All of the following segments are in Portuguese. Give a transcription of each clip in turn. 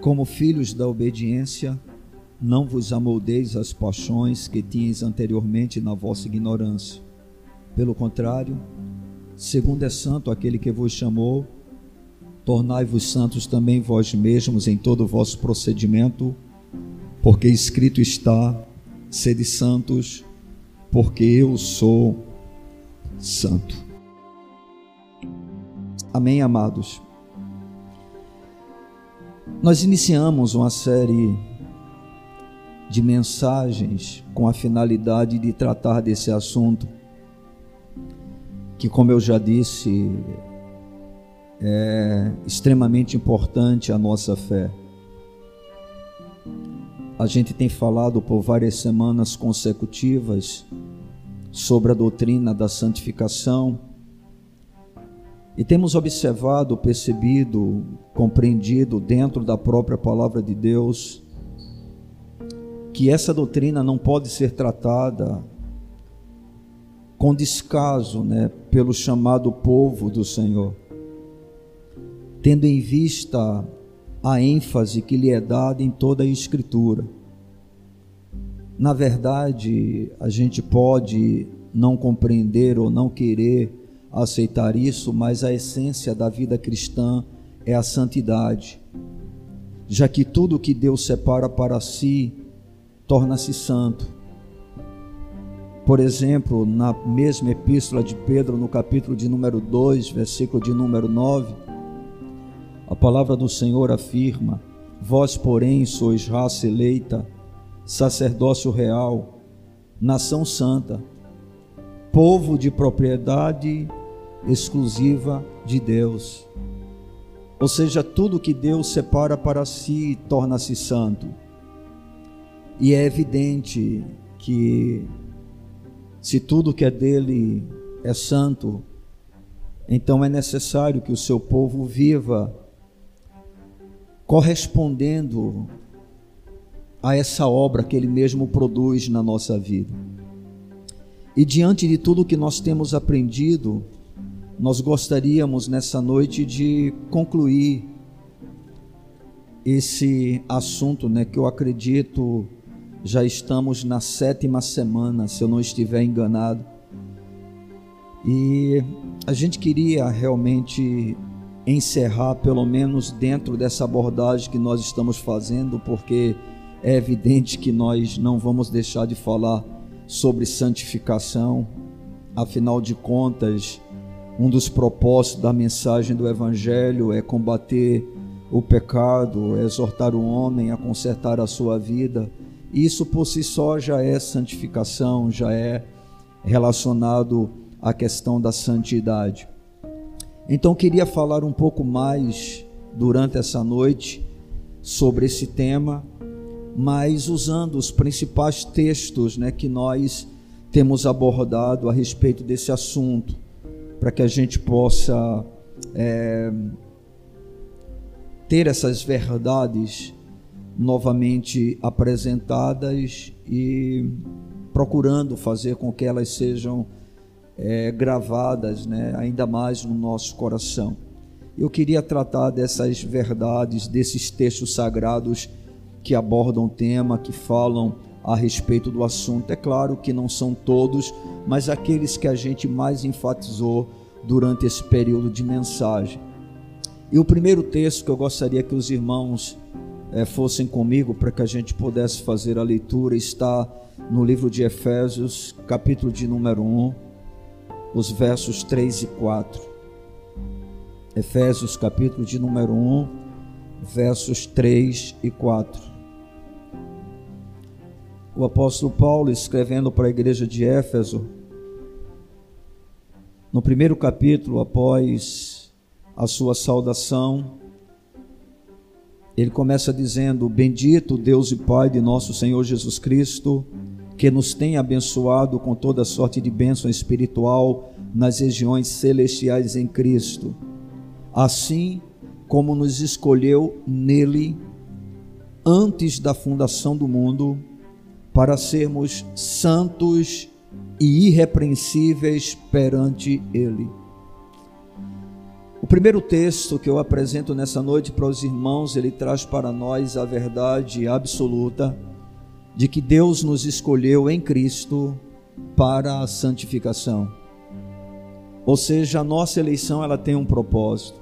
Como filhos da obediência, não vos amoldeis às paixões que tinhas anteriormente na vossa ignorância. Pelo contrário, segundo é santo aquele que vos chamou, tornai-vos santos também vós mesmos em todo o vosso procedimento, porque escrito está: sede santos, porque eu sou santo. Amém, amados? Nós iniciamos uma série de mensagens com a finalidade de tratar desse assunto, que, como eu já disse, é extremamente importante a nossa fé. A gente tem falado por várias semanas consecutivas sobre a doutrina da santificação e temos observado, percebido, compreendido dentro da própria palavra de Deus que essa doutrina não pode ser tratada com descaso, pelo chamado povo do Senhor, tendo em vista a ênfase que lhe é dada em toda a Escritura. Na verdade, a gente pode não compreender ou não querer aceitar isso, mas a essência da vida cristã é a santidade, já que tudo que Deus separa para si torna-se santo. Por exemplo, na mesma epístola de Pedro, no capítulo de número 2, versículo de número 9, a palavra do Senhor afirma: vós, porém, sois raça eleita, sacerdócio real, nação santa, povo de propriedade exclusiva de Deus. Ou seja, tudo que Deus separa para si torna-se santo. E é evidente que se tudo que é dele é santo, então é necessário que o seu povo viva correspondendo a essa obra que ele mesmo produz na nossa vida. E diante de tudo que nós temos aprendido, nós gostaríamos nessa noite de concluir esse assunto, que eu acredito já estamos na 7ª semana, se eu não estiver enganado. E a gente queria realmente encerrar, pelo menos dentro dessa abordagem que nós estamos fazendo, porque é evidente que nós não vamos deixar de falar sobre santificação. Afinal de contas, um dos propósitos da mensagem do Evangelho é combater o pecado, é exortar o homem a consertar a sua vida. Isso por si só já é santificação, já é relacionado à questão da santidade. Então queria falar um pouco mais durante essa noite sobre esse tema, mas usando os principais textos que nós temos abordado a respeito desse assunto, para que a gente possa ter essas verdades novamente apresentadas e procurando fazer com que elas sejam gravadas ainda mais no nosso coração. Eu queria tratar dessas verdades, desses textos sagrados que abordam o tema, que falam a respeito do assunto. É claro que não são todos, mas aqueles que a gente mais enfatizou durante esse período de mensagem. E o primeiro texto que eu gostaria que os irmãos fossem comigo para que a gente pudesse fazer a leitura está no livro de Efésios, capítulo de número 1, os versos 3 e 4. Efésios, capítulo de número 1, versos 3 e 4. O apóstolo Paulo, escrevendo para a igreja de Éfeso, no primeiro capítulo, após a sua saudação, ele começa dizendo: bendito Deus e Pai de nosso Senhor Jesus Cristo, que nos tem abençoado com toda sorte de bênção espiritual nas regiões celestiais em Cristo, assim como nos escolheu nele antes da fundação do mundo, para sermos santos e irrepreensíveis perante ele. O primeiro texto que eu apresento nessa noite para os irmãos, ele traz para nós a verdade absoluta de que Deus nos escolheu em Cristo para a santificação. Ou seja, a nossa eleição ela tem um propósito.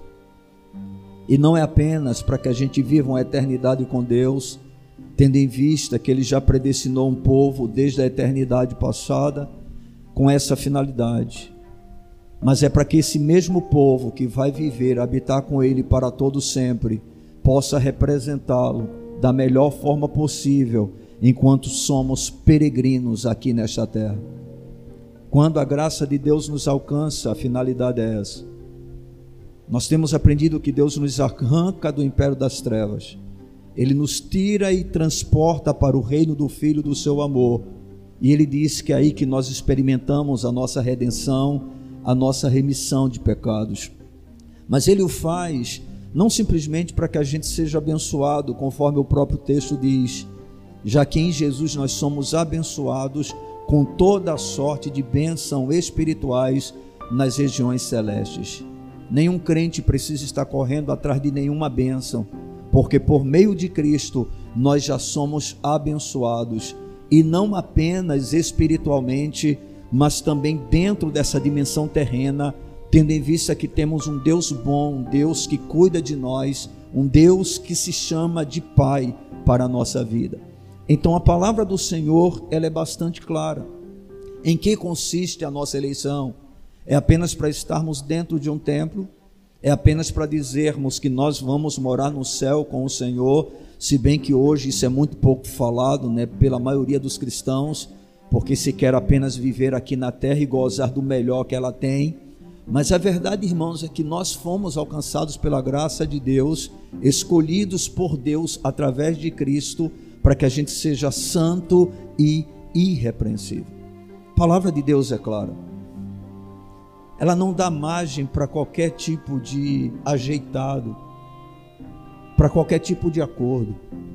E não é apenas para que a gente viva uma eternidade com Deus, tendo em vista que Ele já predestinou um povo desde a eternidade passada com essa finalidade. Mas é para que esse mesmo povo que vai viver, habitar com Ele para todo sempre, possa representá-lo da melhor forma possível, enquanto somos peregrinos aqui nesta terra. Quando a graça de Deus nos alcança, a finalidade é essa. Nós temos aprendido que Deus nos arranca do império das trevas. Ele nos tira e transporta para o reino do Filho do seu amor. E Ele diz que é aí que nós experimentamos a nossa redenção, a nossa remissão de pecados. Mas Ele o faz não simplesmente para que a gente seja abençoado, conforme o próprio texto diz, já que em Jesus nós somos abençoados com toda a sorte de bênção espirituais nas regiões celestes. Nenhum crente precisa estar correndo atrás de nenhuma bênção, porque por meio de Cristo nós já somos abençoados, e não apenas espiritualmente, mas também dentro dessa dimensão terrena, tendo em vista que temos um Deus bom, um Deus que cuida de nós, um Deus que se chama de Pai para a nossa vida. Então a palavra do Senhor ela é bastante clara. Em que consiste a nossa eleição? É apenas para estarmos dentro de um templo? É apenas para dizermos que nós vamos morar no céu com o Senhor, se bem que hoje isso é muito pouco falado, pela maioria dos cristãos, porque se quer apenas viver aqui na terra e gozar do melhor que ela tem. Mas a verdade, irmãos, é que nós fomos alcançados pela graça de Deus, escolhidos por Deus através de Cristo, para que a gente seja santo e irrepreensível. A palavra de Deus é clara. Ela não dá margem para qualquer tipo de ajeitado, para qualquer tipo de acordo.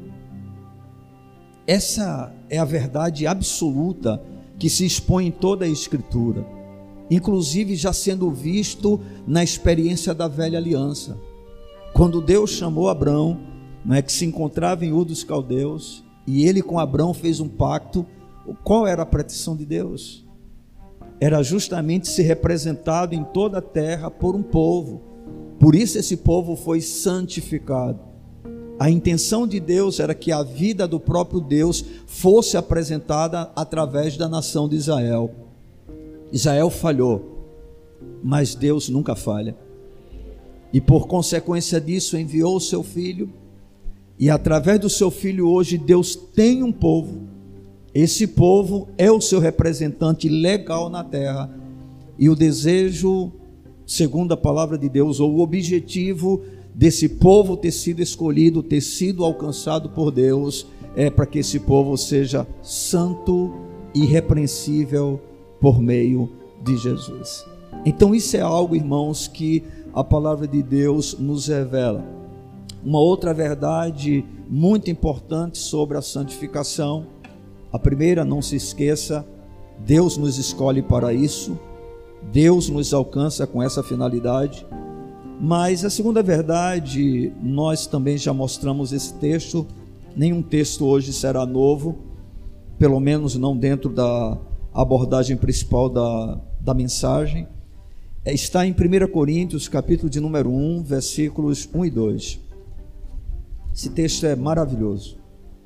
Essa é a verdade absoluta que se expõe em toda a Escritura, inclusive já sendo visto na experiência da velha aliança. Quando Deus chamou Abrão, que se encontrava em Ur dos Caldeus, e ele com Abrão fez um pacto, qual era a petição de Deus? Era justamente ser representado em toda a terra por um povo. Por isso esse povo foi santificado. A intenção de Deus era que a vida do próprio Deus fosse apresentada através da nação de Israel. Israel falhou, mas Deus nunca falha. E por consequência disso enviou o seu filho, e através do seu filho hoje Deus tem um povo. Esse povo é o seu representante legal na terra, e o desejo, segundo a palavra de Deus, ou o objetivo desse povo ter sido escolhido, ter sido alcançado por Deus, é para que esse povo seja santo e irrepreensível por meio de Jesus. Então isso é algo, irmãos, que a palavra de Deus nos revela. Uma outra verdade muito importante sobre a santificação. A primeira, não se esqueça, Deus nos escolhe para isso, Deus nos alcança com essa finalidade. Mas a segunda verdade, nós também já mostramos esse texto, nenhum texto hoje será novo, pelo menos não dentro da abordagem principal da mensagem. Está em 1 Coríntios, capítulo de número 1, versículos 1 e 2. Esse texto é maravilhoso,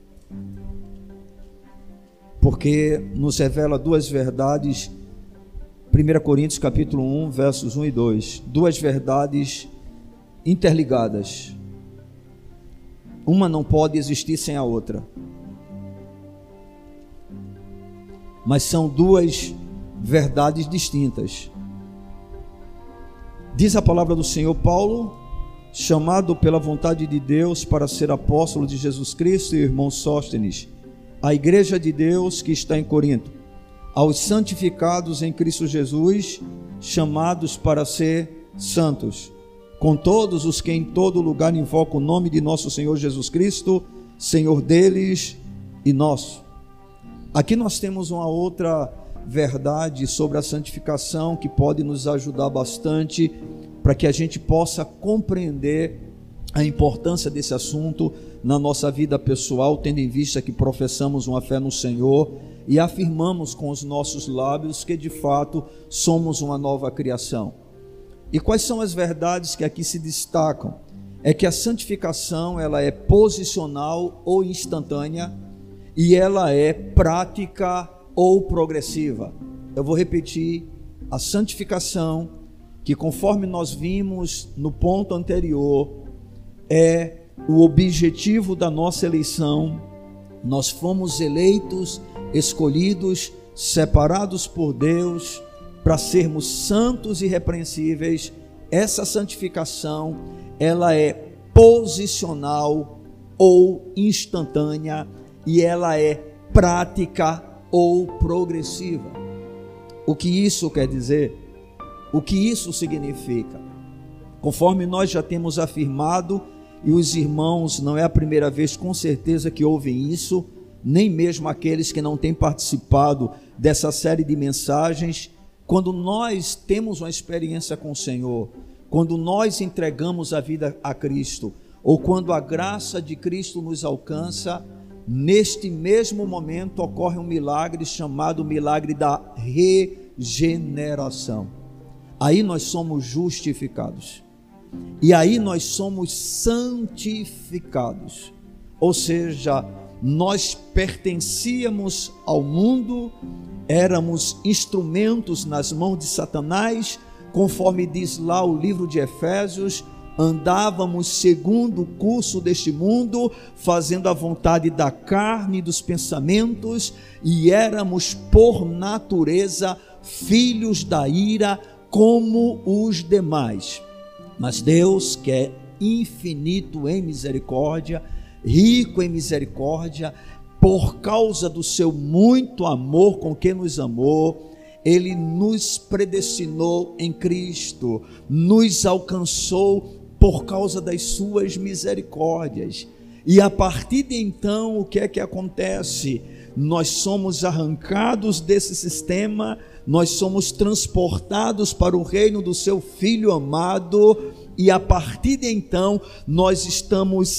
porque nos revela duas verdades. 1 Coríntios capítulo 1, versos 1 e 2, duas verdades interligadas. Uma não pode existir sem a outra, mas são duas verdades distintas. Diz a palavra do Senhor: Paulo, chamado pela vontade de Deus para ser apóstolo de Jesus Cristo, e o irmão Sóstenes, a igreja de Deus que está em Corinto, aos santificados em Cristo Jesus, chamados para ser santos, com todos os que em todo lugar invocam o nome de nosso Senhor Jesus Cristo, Senhor deles e nosso. Aqui nós temos uma outra verdade sobre a santificação que pode nos ajudar bastante para que a gente possa compreender a importância desse assunto na nossa vida pessoal, tendo em vista que professamos uma fé no Senhor e afirmamos com os nossos lábios que de fato somos uma nova criação. E quais são as verdades que aqui se destacam? É que a santificação, ela é posicional ou instantânea, e ela é prática ou progressiva. Eu vou repetir: a santificação, que conforme nós vimos no ponto anterior, é o objetivo da nossa eleição. Nós fomos eleitos, escolhidos, separados por Deus para sermos santos e irrepreensíveis. Essa santificação, ela é posicional ou instantânea, e ela é prática ou progressiva. O que isso quer dizer? O que isso significa? Conforme nós já temos afirmado, e os irmãos, não é a primeira vez com certeza que ouvem isso, nem mesmo aqueles que não têm participado dessa série de mensagens, quando nós temos uma experiência com o Senhor, quando nós entregamos a vida a Cristo, ou quando a graça de Cristo nos alcança, neste mesmo momento ocorre um milagre chamado milagre da regeneração. Aí nós somos justificados. E aí nós somos santificados, ou seja, nós pertencíamos ao mundo, éramos instrumentos nas mãos de Satanás, conforme diz lá o livro de Efésios, andávamos segundo o curso deste mundo, fazendo a vontade da carne e dos pensamentos, e éramos por natureza filhos da ira como os demais. Mas Deus, que é infinito em misericórdia, rico em misericórdia, por causa do seu muito amor com que nos amou, Ele nos predestinou em Cristo, nos alcançou por causa das suas misericórdias. E a partir de então, o que é que acontece? Nós somos arrancados desse sistema, nós somos transportados para o reino do seu Filho amado, e a partir de então nós estamos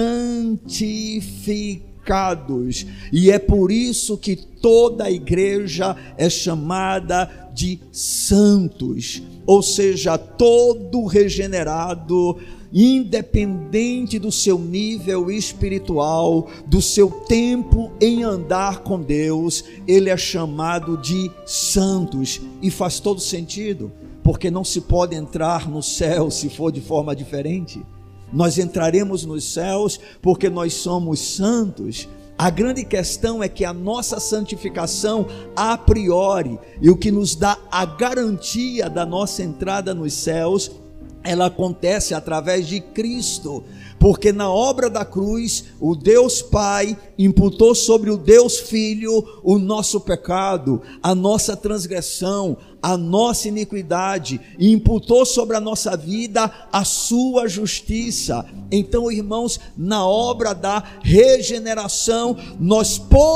santificados, e é por isso que toda a igreja é chamada de santos, ou seja, todo regenerado, independente do seu nível espiritual, do seu tempo em andar com Deus, ele é chamado de santos. E faz todo sentido, porque não se pode entrar no céu se for de forma diferente. Nós entraremos nos céus porque nós somos santos. A grande questão é que a nossa santificação a priori, e o que nos dá a garantia da nossa entrada nos céus, ela acontece através de Cristo, porque na obra da cruz, o Deus Pai imputou sobre o Deus Filho o nosso pecado, a nossa transgressão, a nossa iniquidade, e imputou sobre a nossa vida a sua justiça. Então, irmãos, na obra da regeneração, nós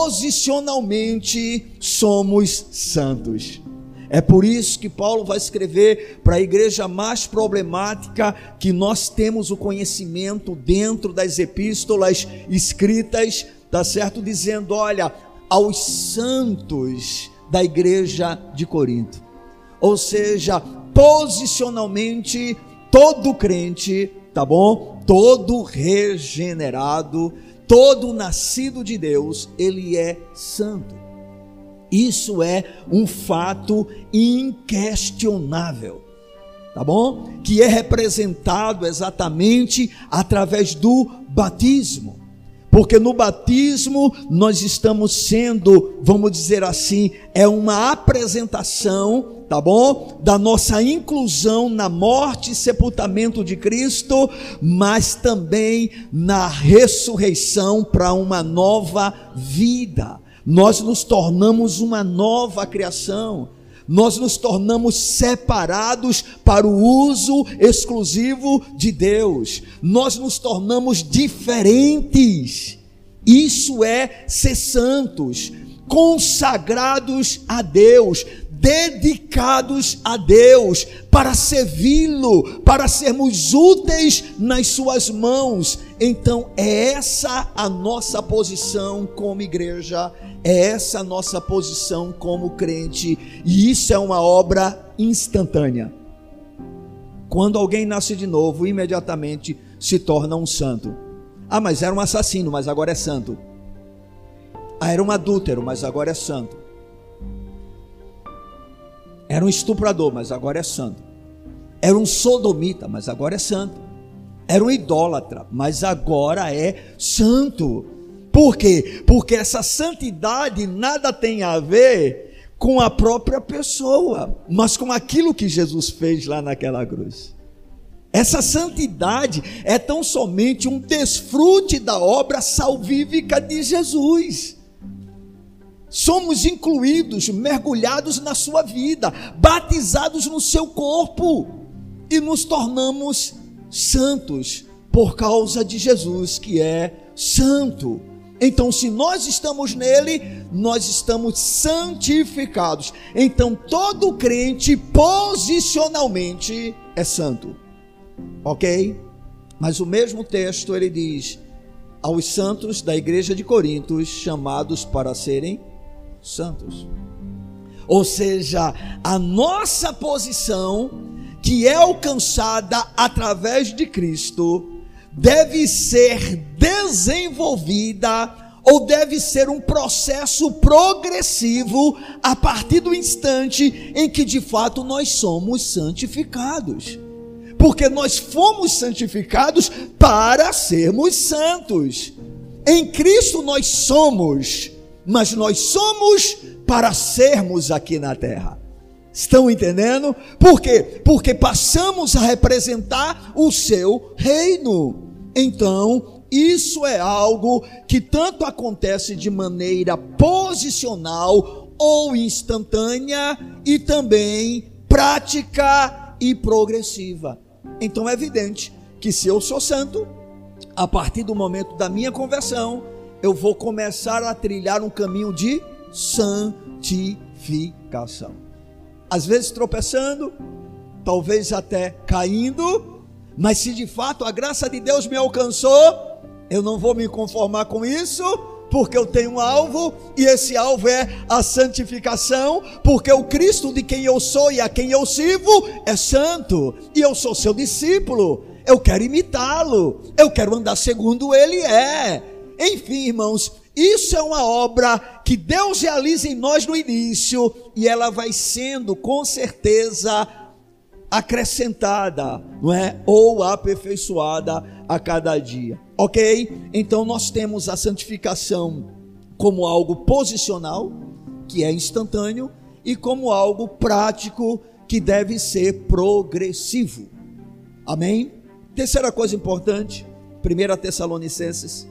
posicionalmente somos santos. É por isso que Paulo vai escrever para a igreja mais problemática, que nós temos o conhecimento dentro das epístolas escritas, tá certo? Dizendo, olha, aos santos da igreja de Corinto. Ou seja, posicionalmente, todo crente, tá bom? Todo regenerado, todo nascido de Deus, ele é santo. Isso é um fato inquestionável, tá bom? Que é representado exatamente através do batismo. Porque no batismo nós estamos sendo, vamos dizer assim, é uma apresentação, tá bom? Da nossa inclusão na morte e sepultamento de Cristo, mas também na ressurreição para uma nova vida. Nós nos tornamos uma nova criação, nós nos tornamos separados para o uso exclusivo de Deus, nós nos tornamos diferentes. Isso é ser santos, consagrados a Deus, dedicados a Deus, para servi-lo, para sermos úteis nas suas mãos. Então é essa a nossa posição como igreja, é essa a nossa posição como crente, e isso é uma obra instantânea. Quando alguém nasce de novo, imediatamente se torna um santo. Ah, mas era um assassino, mas agora é santo. Ah, era um adúltero, mas agora é santo. Era um estuprador, mas agora é santo. Era um sodomita, mas agora é santo. Era um idólatra, mas agora é santo. Por quê? Porque essa santidade nada tem a ver com a própria pessoa, mas com aquilo que Jesus fez lá naquela cruz. Essa santidade é tão somente um desfrute da obra salvífica de Jesus. Somos incluídos, mergulhados na sua vida, batizados no seu corpo, e nos tornamos santos por causa de Jesus, que é santo. Então, se nós estamos nele, nós estamos santificados. Então, todo crente posicionalmente é santo, ok? Mas o mesmo texto ele diz aos santos da igreja de Corinto, chamados para serem santos. Ou seja, a nossa posição, que é alcançada através de Cristo, deve ser desenvolvida, ou deve ser um processo progressivo, a partir do instante em que de fato nós somos santificados. Porque nós fomos santificados para sermos santos. Em Cristo nós somos, mas nós somos para sermos aqui na terra. Estão entendendo? Por quê? Porque passamos a representar o seu reino. Então, isso é algo que tanto acontece de maneira posicional ou instantânea, e também prática e progressiva. Então é evidente que se eu sou santo, a partir do momento da minha conversão, eu vou começar a trilhar um caminho de santificação. Às vezes tropeçando, talvez até caindo, mas se de fato a graça de Deus me alcançou, eu não vou me conformar com isso, porque eu tenho um alvo, e esse alvo é a santificação, porque o Cristo de quem eu sou e a quem eu sirvo é santo, e eu sou seu discípulo, eu quero imitá-lo, eu quero andar segundo ele é. Enfim, irmãos, isso é uma obra que Deus realiza em nós no início, e ela vai sendo com certeza acrescentada, não é? Ou aperfeiçoada a cada dia, ok? Então nós temos a santificação como algo posicional, que é instantâneo, e como algo prático, que deve ser progressivo. Amém? Terceira coisa importante, 1 Tessalonicenses,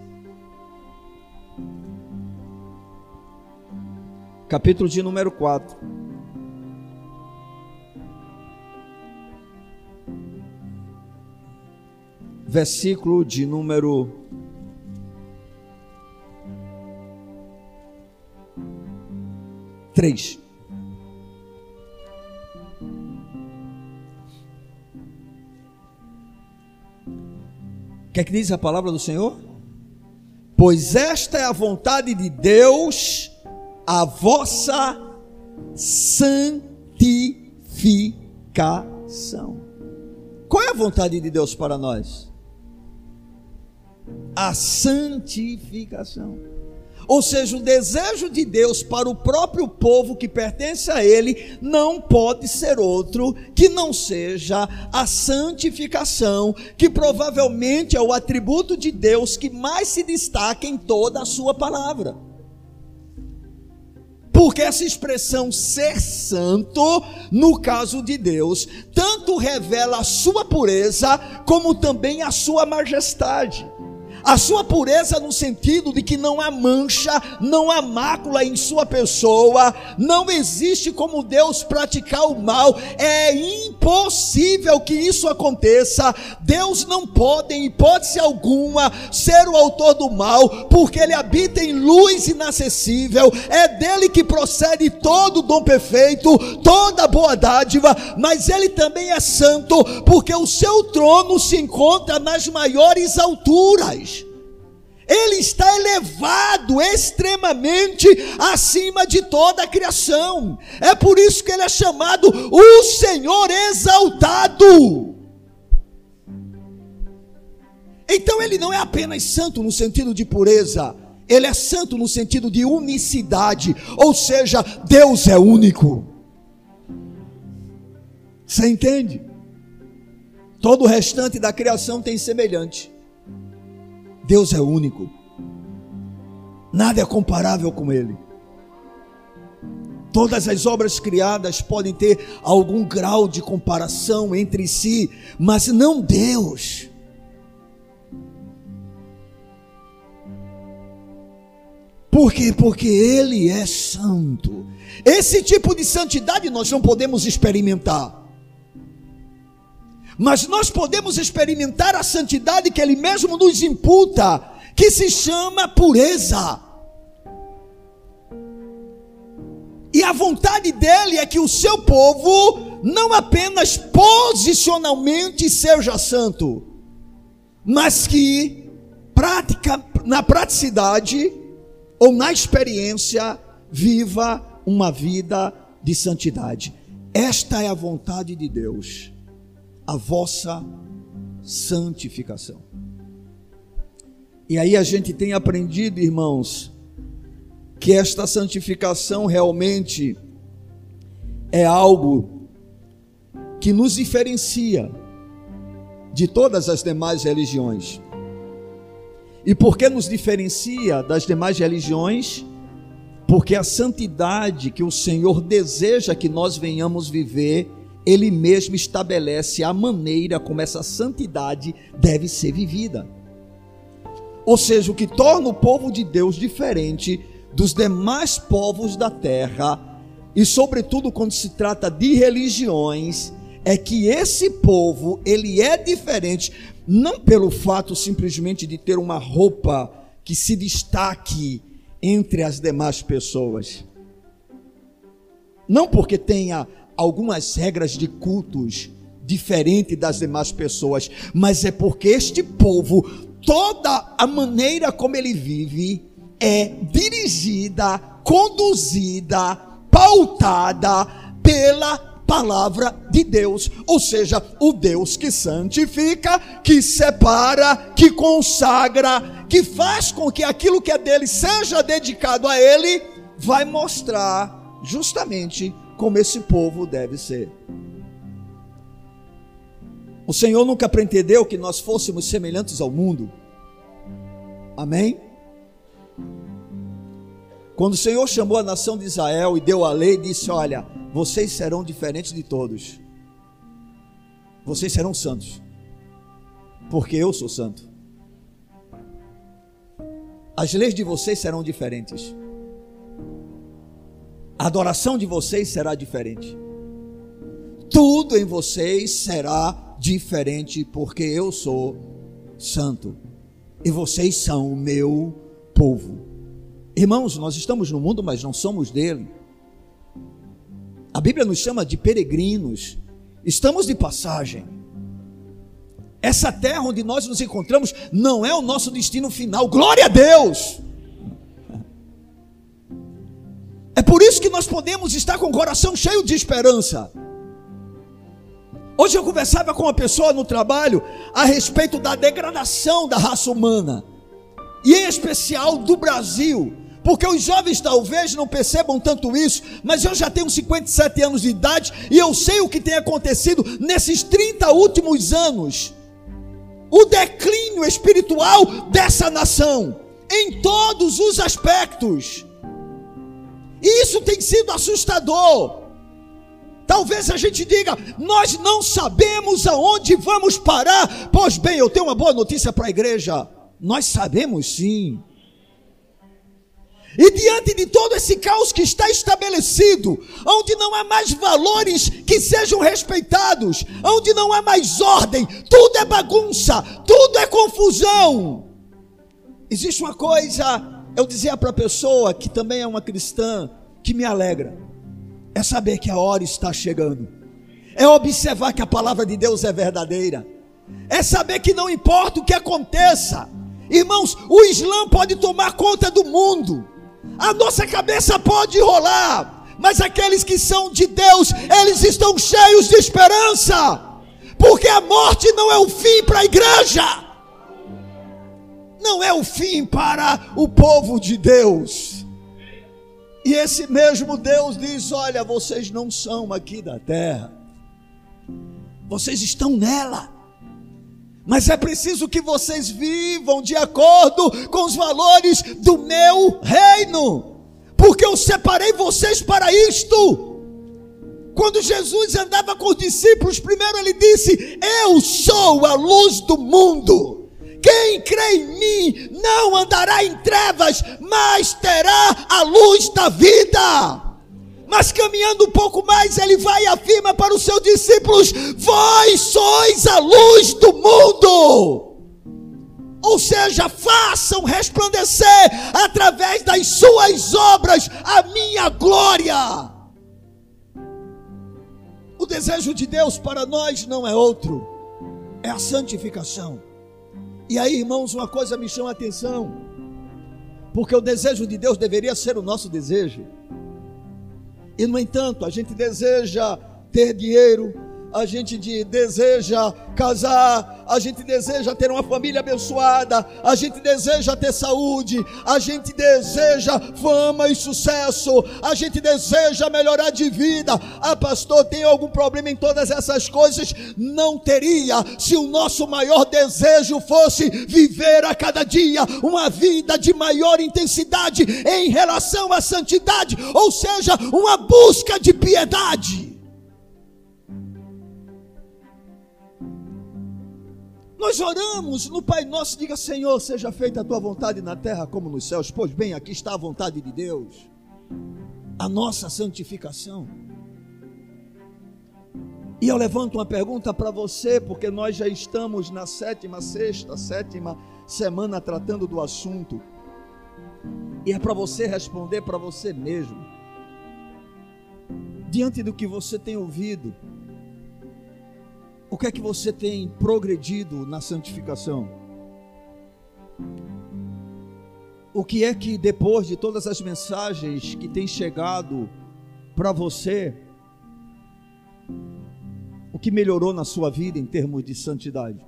capítulo de número 4. Versículo de número 3. O que é que diz a palavra do Senhor? Pois esta é a vontade de Deus, a vossa santificação. Qual é a vontade de Deus para nós? A santificação. Ou seja, o desejo de Deus para o próprio povo que pertence a Ele não pode ser outro que não seja a santificação, que provavelmente é o atributo de Deus que mais se destaca em toda a sua palavra. Porque essa expressão ser santo, no caso de Deus, tanto revela a sua pureza, como também a sua majestade. A sua pureza no sentido de que não há mancha, não há mácula em sua pessoa, não existe como Deus praticar o mal, é impossível que isso aconteça. Deus não pode, em hipótese alguma, ser o autor do mal, porque Ele habita em luz inacessível, é dele que procede todo o dom perfeito, toda boa dádiva, mas Ele também é santo, porque o seu trono se encontra nas maiores alturas. Ele está elevado extremamente acima de toda a criação. É por isso que Ele é chamado o Senhor exaltado. Então Ele não é apenas santo no sentido de pureza, Ele é santo no sentido de unicidade, ou seja, Deus é único. Você entende? Todo o restante da criação tem semelhante. Deus é único, nada é comparável com Ele. Todas as obras criadas podem ter algum grau de comparação entre si, mas não Deus. Por quê? Porque Ele é santo. Esse tipo de santidade nós não podemos experimentar, mas nós podemos experimentar a santidade que Ele mesmo nos imputa, que se chama pureza. E a vontade dEle é que o seu povo não apenas posicionalmente seja santo, mas que na praticidade ou na experiência viva uma vida de santidade. Esta é a vontade de Deus, a vossa santificação. E aí a gente tem aprendido, irmãos, que esta santificação realmente é algo que nos diferencia de todas as demais religiões. E por que nos diferencia das demais religiões? Porque a santidade que o Senhor deseja que nós venhamos viver, Ele mesmo estabelece a maneira como essa santidade deve ser vivida. Ou seja, o que torna o povo de Deus diferente dos demais povos da terra, e sobretudo quando se trata de religiões, é que esse povo, ele é diferente, não pelo fato simplesmente de ter uma roupa que se destaque entre as demais pessoas, não porque tenha algumas regras de cultos diferente das demais pessoas, mas é porque este povo, toda a maneira como ele vive é dirigida, conduzida, pautada pela palavra de Deus, ou seja, o Deus que santifica, que separa, que consagra, que faz com que aquilo que é dele seja dedicado a ele, vai mostrar justamente como esse povo deve ser. O Senhor nunca pretendeu que nós fôssemos semelhantes ao mundo. Amém? Quando o Senhor chamou a nação de Israel e deu a lei, disse: olha, vocês serão diferentes de todos, vocês serão santos, porque eu sou santo. As leis de vocês serão diferentes, a adoração de vocês será diferente, tudo em vocês será diferente, porque eu sou santo e vocês são o meu povo. Irmãos, nós estamos no mundo, mas não somos dele. A Bíblia nos chama de peregrinos, estamos de passagem. Essa terra onde nós nos encontramos não é o nosso destino final, glória a Deus. É por isso que nós podemos estar com o coração cheio de esperança. Hoje eu conversava com uma pessoa no trabalho a respeito da degradação da raça humana, e em especial do Brasil, porque os jovens talvez não percebam tanto isso, mas eu já tenho 57 anos de idade e eu sei o que tem acontecido nesses 30 últimos anos. O declínio espiritual dessa nação, em todos os aspectos. E isso tem sido assustador. Talvez a gente diga: nós não sabemos aonde vamos parar. Pois bem, eu tenho uma boa notícia para a igreja. Nós sabemos sim. E diante de todo esse caos que está estabelecido, onde não há mais valores que sejam respeitados, onde não há mais ordem, tudo é bagunça, tudo é confusão. Existe uma coisa, eu dizia para a pessoa que também é uma cristã, que me alegra, é saber que a hora está chegando, é observar que a palavra de Deus é verdadeira, é saber que não importa o que aconteça, irmãos, o Islã pode tomar conta do mundo, a nossa cabeça pode rolar, mas aqueles que são de Deus, eles estão cheios de esperança, porque a morte não é o fim para a igreja, não é o fim para o povo de Deus. E esse mesmo Deus diz: olha, vocês não são aqui da terra, vocês estão nela, mas é preciso que vocês vivam de acordo com os valores do meu reino, porque eu separei vocês para isto. Quando Jesus andava com os discípulos, primeiro ele disse: eu sou a luz do mundo, quem crê em mim não andará em trevas, mas terá a luz da vida. Mas caminhando um pouco mais, ele vai e afirma para os seus discípulos: vós sois a luz do mundo. Ou seja, façam resplandecer através das suas obras a minha glória. O desejo de Deus para nós não é outro, é a santificação. E aí, irmãos, uma coisa me chama a atenção, porque o desejo de Deus deveria ser o nosso desejo. E no entanto, a gente deseja ter dinheiro, a gente deseja casar, a gente deseja ter uma família abençoada, a gente deseja ter saúde, a gente deseja fama e sucesso, a gente deseja melhorar de vida. Ah, pastor, tem algum problema em todas essas coisas? Não teria, se o nosso maior desejo fosse viver a cada dia uma vida de maior intensidade em relação à santidade, ou seja, uma busca de piedade. Nós oramos no Pai Nosso, diga: Senhor, seja feita a tua vontade na terra como nos céus. Pois bem, aqui está a vontade de Deus, a nossa santificação. E eu levanto uma pergunta para você, porque nós já estamos na sétima semana tratando do assunto, e é para você responder para você mesmo, diante do que você tem ouvido, o que é que você tem progredido na santificação? O que é que depois de todas as mensagens que têm chegado para você, o que melhorou na sua vida em termos de santidade?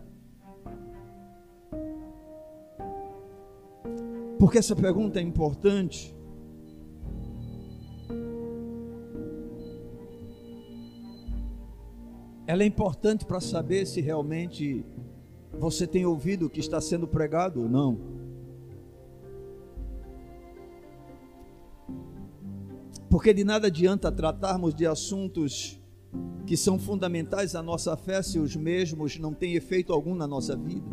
Porque essa pergunta é importante. Ela é importante para saber se realmente você tem ouvido o que está sendo pregado ou não. Porque de nada adianta tratarmos de assuntos que são fundamentais à nossa fé se os mesmos não têm efeito algum na nossa vida.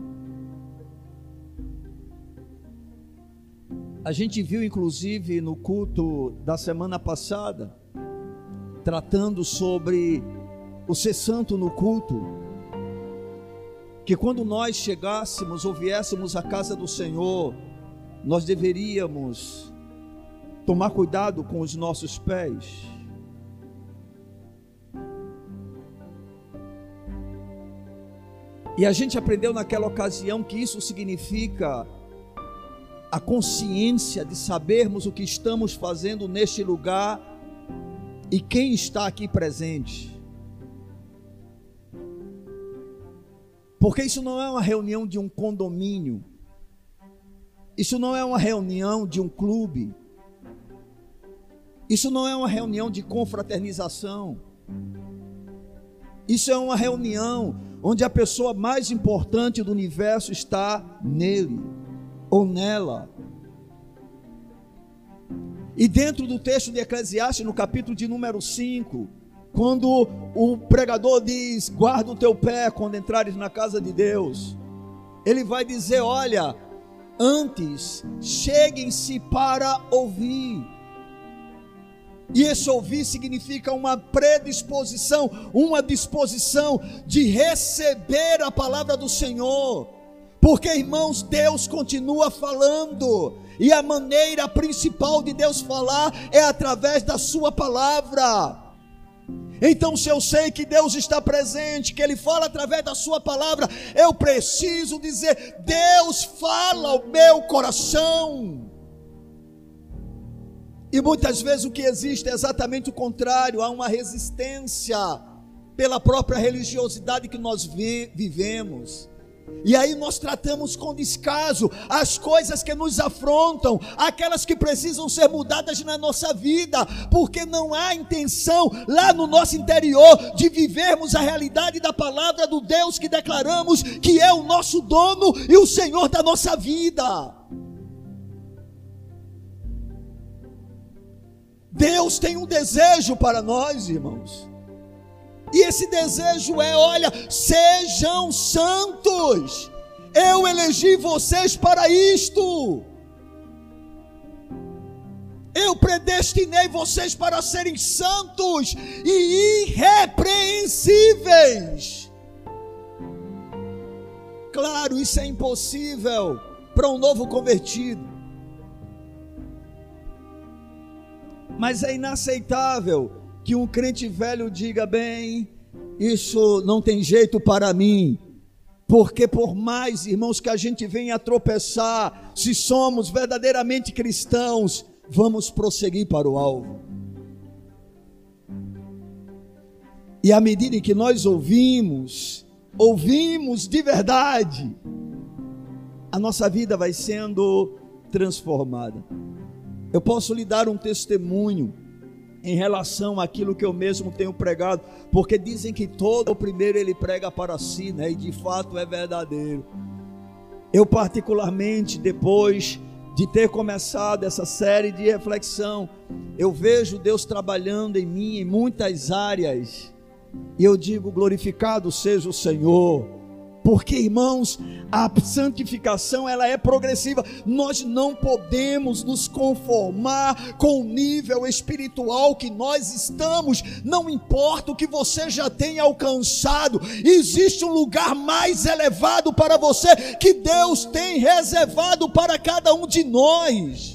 A gente viu inclusive no culto da semana passada, tratando sobre o ser santo no culto, que quando nós chegássemos ou viéssemos à casa do Senhor, nós deveríamos tomar cuidado com os nossos pés. E a gente aprendeu naquela ocasião que isso significa a consciência de sabermos o que estamos fazendo neste lugar e quem está aqui presente. Porque isso não é uma reunião de um condomínio, isso não é uma reunião de um clube, isso não é uma reunião de confraternização, isso é uma reunião onde a pessoa mais importante do universo está nele ou nela. E dentro do texto de Eclesiastes, no capítulo de número 5, quando o pregador diz: guarda o teu pé quando entrares na casa de Deus, ele vai dizer: olha, Antes, cheguem-se para ouvir. E esse ouvir significa uma predisposição, uma disposição de receber a palavra do Senhor. Porque, irmãos, Deus continua falando. E a maneira principal de Deus falar é através da sua palavra. Então, se eu sei que Deus está presente, que Ele fala através da sua palavra, eu preciso dizer: Deus fala ao meu coração. E muitas vezes o que existe é exatamente o contrário. Há uma resistência pela própria religiosidade que nós vivemos. E aí nós tratamos com descaso as coisas que nos afrontam, aquelas que precisam ser mudadas na nossa vida, porque não há intenção lá no nosso interior de vivermos a realidade da palavra do Deus que declaramos que é o nosso dono e o Senhor da nossa vida. Deus tem um desejo para nós, irmãos. E esse desejo é: olha, sejam santos. Eu elegi vocês para isto. Eu predestinei vocês para serem santos e irrepreensíveis. Claro, isso é impossível para um novo convertido. Mas é inaceitável que um crente velho diga: bem, isso não tem jeito para mim. Porque por mais, irmãos, que a gente venha a tropeçar, se somos verdadeiramente cristãos, vamos prosseguir para o alvo. E à medida em que nós ouvimos de verdade, a nossa vida vai sendo transformada. Eu posso lhe dar um testemunho em relação àquilo que eu mesmo tenho pregado, porque dizem que todo o primeiro ele prega para si, né? E de fato é verdadeiro. Eu particularmente, depois de ter começado essa série de reflexão, eu vejo Deus trabalhando em mim em muitas áreas, e eu digo: glorificado seja o Senhor. Porque, irmãos, a santificação ela é progressiva. Nós não podemos nos conformar com o nível espiritual que nós estamos. Não importa o que você já tenha alcançado, existe um lugar mais elevado para você, que Deus tem reservado para cada um de nós.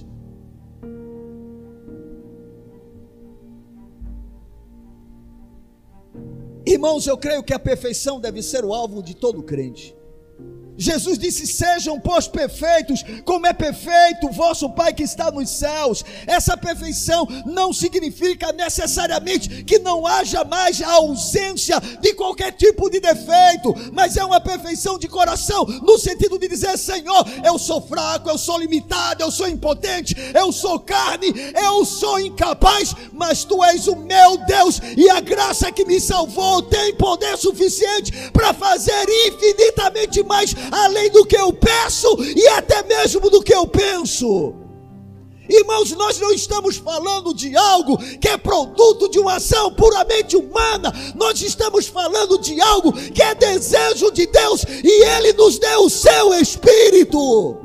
Irmãos, eu creio que a perfeição deve ser o alvo de todo crente. Jesus disse: sejam, pois, perfeitos, como é perfeito o vosso Pai que está nos céus. Essa perfeição não significa necessariamente que não haja mais a ausência de qualquer tipo de defeito, mas é uma perfeição de coração, no sentido de dizer: Senhor, eu sou fraco, eu sou limitado, eu sou impotente, eu sou carne, eu sou incapaz, mas Tu és o meu Deus, e a graça que me salvou tem poder suficiente para fazer infinitamente mais além do que eu peço e até mesmo do que eu penso. Irmãos, nós não estamos falando de algo que é produto de uma ação puramente humana. Nós estamos falando de algo que é desejo de Deus, e Ele nos deu o seu Espírito.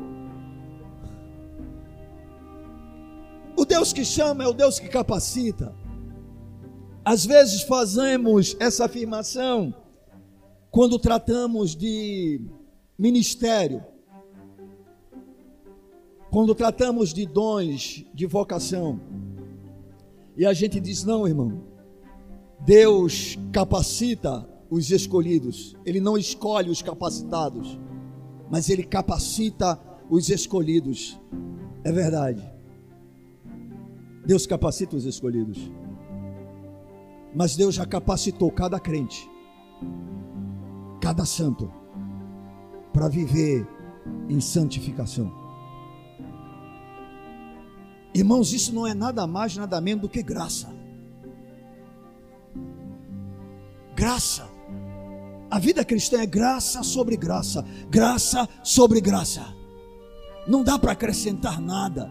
O Deus que chama é o Deus que capacita. Às vezes fazemos essa afirmação quando tratamos de ministério, quando tratamos de dons, de vocação, e a gente diz: não, irmão, Deus capacita os escolhidos. Ele não escolhe os capacitados, mas Ele capacita os escolhidos. É verdade, Deus capacita os escolhidos, mas Deus já capacitou cada crente, cada santo, para viver em santificação. Irmãos, isso não é nada mais, nada menos do que graça. Graça. A vida cristã é graça sobre graça, graça sobre graça. Não dá para acrescentar nada.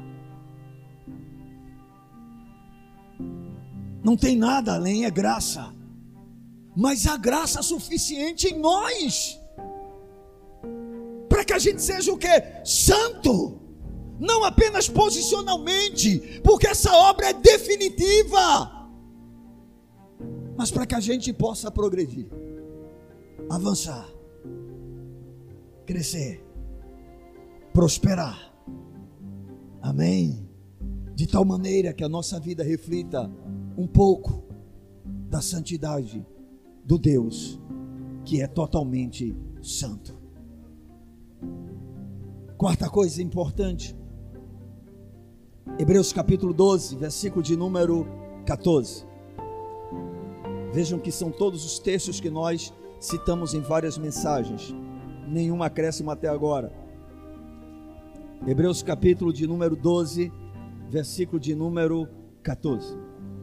Não tem nada além, é graça. Mas a graça suficiente em nós. Para que a gente seja o quê? Santo. Não apenas posicionalmente, porque essa obra é definitiva, mas para que a gente possa progredir, avançar, crescer, prosperar. Amém? De tal maneira que a nossa vida reflita um pouco da santidade do Deus que é totalmente santo. Quarta coisa importante, Hebreus capítulo 12, versículo de número 14. Vejam que são todos os textos que nós citamos em várias mensagens, nenhum acréscimo até agora. Hebreus capítulo de número 12, versículo de número 14.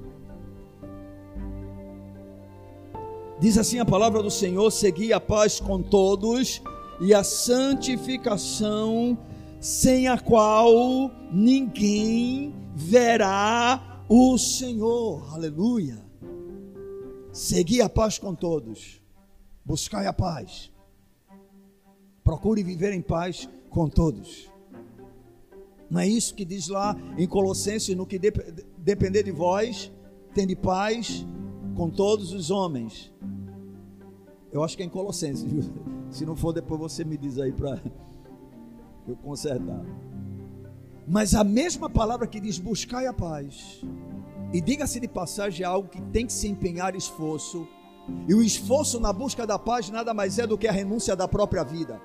Diz assim a palavra do Senhor: segui a paz com todos e a santificação, sem a qual ninguém verá o Senhor. Aleluia. Segui a paz com todos, buscai a paz, procure viver em paz com todos. Não é isso que diz lá em Colossenses? No que depender de vós, tende paz com todos os homens. Eu acho que é em Colossenses, viu? Se não for, depois você me diz aí para eu consertar. Mas a mesma palavra que diz buscai a paz, e diga-se de passagem, é algo que tem que se empenhar esforço, e o esforço na busca da paz nada mais é do que a renúncia da própria vida,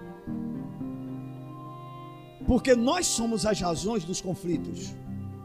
porque nós somos as razões dos conflitos.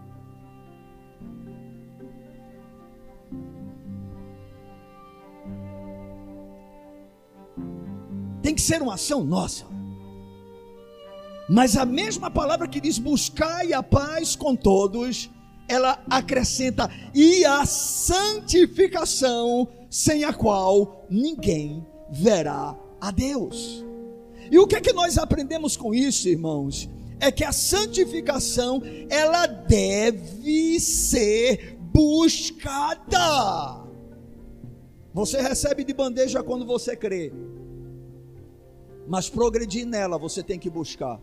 Tem que ser uma ação nossa. Mas a mesma palavra que diz buscai a paz com todos, ela acrescenta e a santificação, sem a qual ninguém verá a Deus. E o que é que nós aprendemos com isso, irmãos? É que a santificação, ela deve ser buscada. Você recebe de bandeja quando você crê, mas progredir nela você tem que buscar.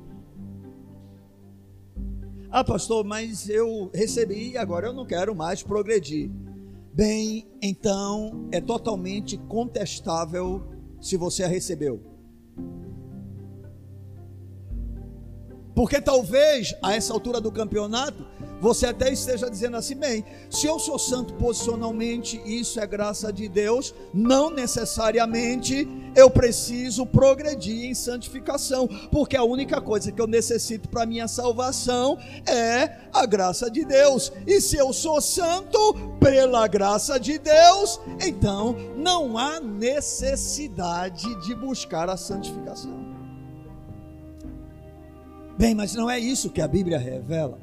Ah, pastor, mas eu recebi e agora eu não quero mais progredir. Bem, então é totalmente contestável se você a recebeu. Porque talvez a essa altura do campeonato você até esteja dizendo assim: bem, se eu sou santo posicionalmente, isso é graça de Deus, não necessariamente eu preciso progredir em santificação, porque a única coisa que eu necessito para minha salvação é a graça de Deus. E se eu sou santo pela graça de Deus, então não há necessidade de buscar a santificação. Bem, mas não é isso que a Bíblia revela.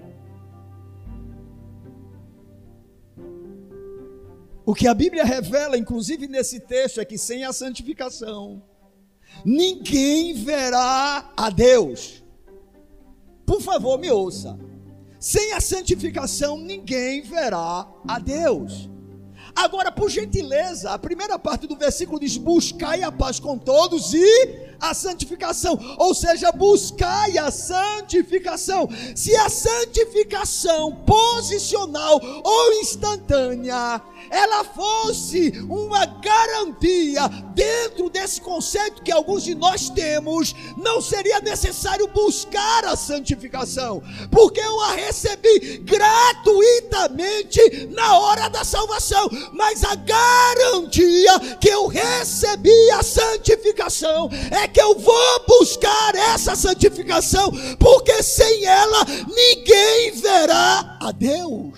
O que a Bíblia revela, inclusive nesse texto, é que sem a santificação ninguém verá a Deus. Por favor, me ouça. Sem a santificação ninguém verá a Deus. Agora, por gentileza, a primeira parte do versículo diz: buscai a paz com todos e a santificação, ou seja, buscai a santificação. Se a santificação posicional ou instantânea, ela fosse uma garantia dentro desse conceito que alguns de nós temos, não seria necessário buscar a santificação, porque eu a recebi gratuitamente na hora da salvação. Mas a garantia que eu recebi a santificação é que eu vou buscar essa santificação, porque sem ela ninguém verá a Deus.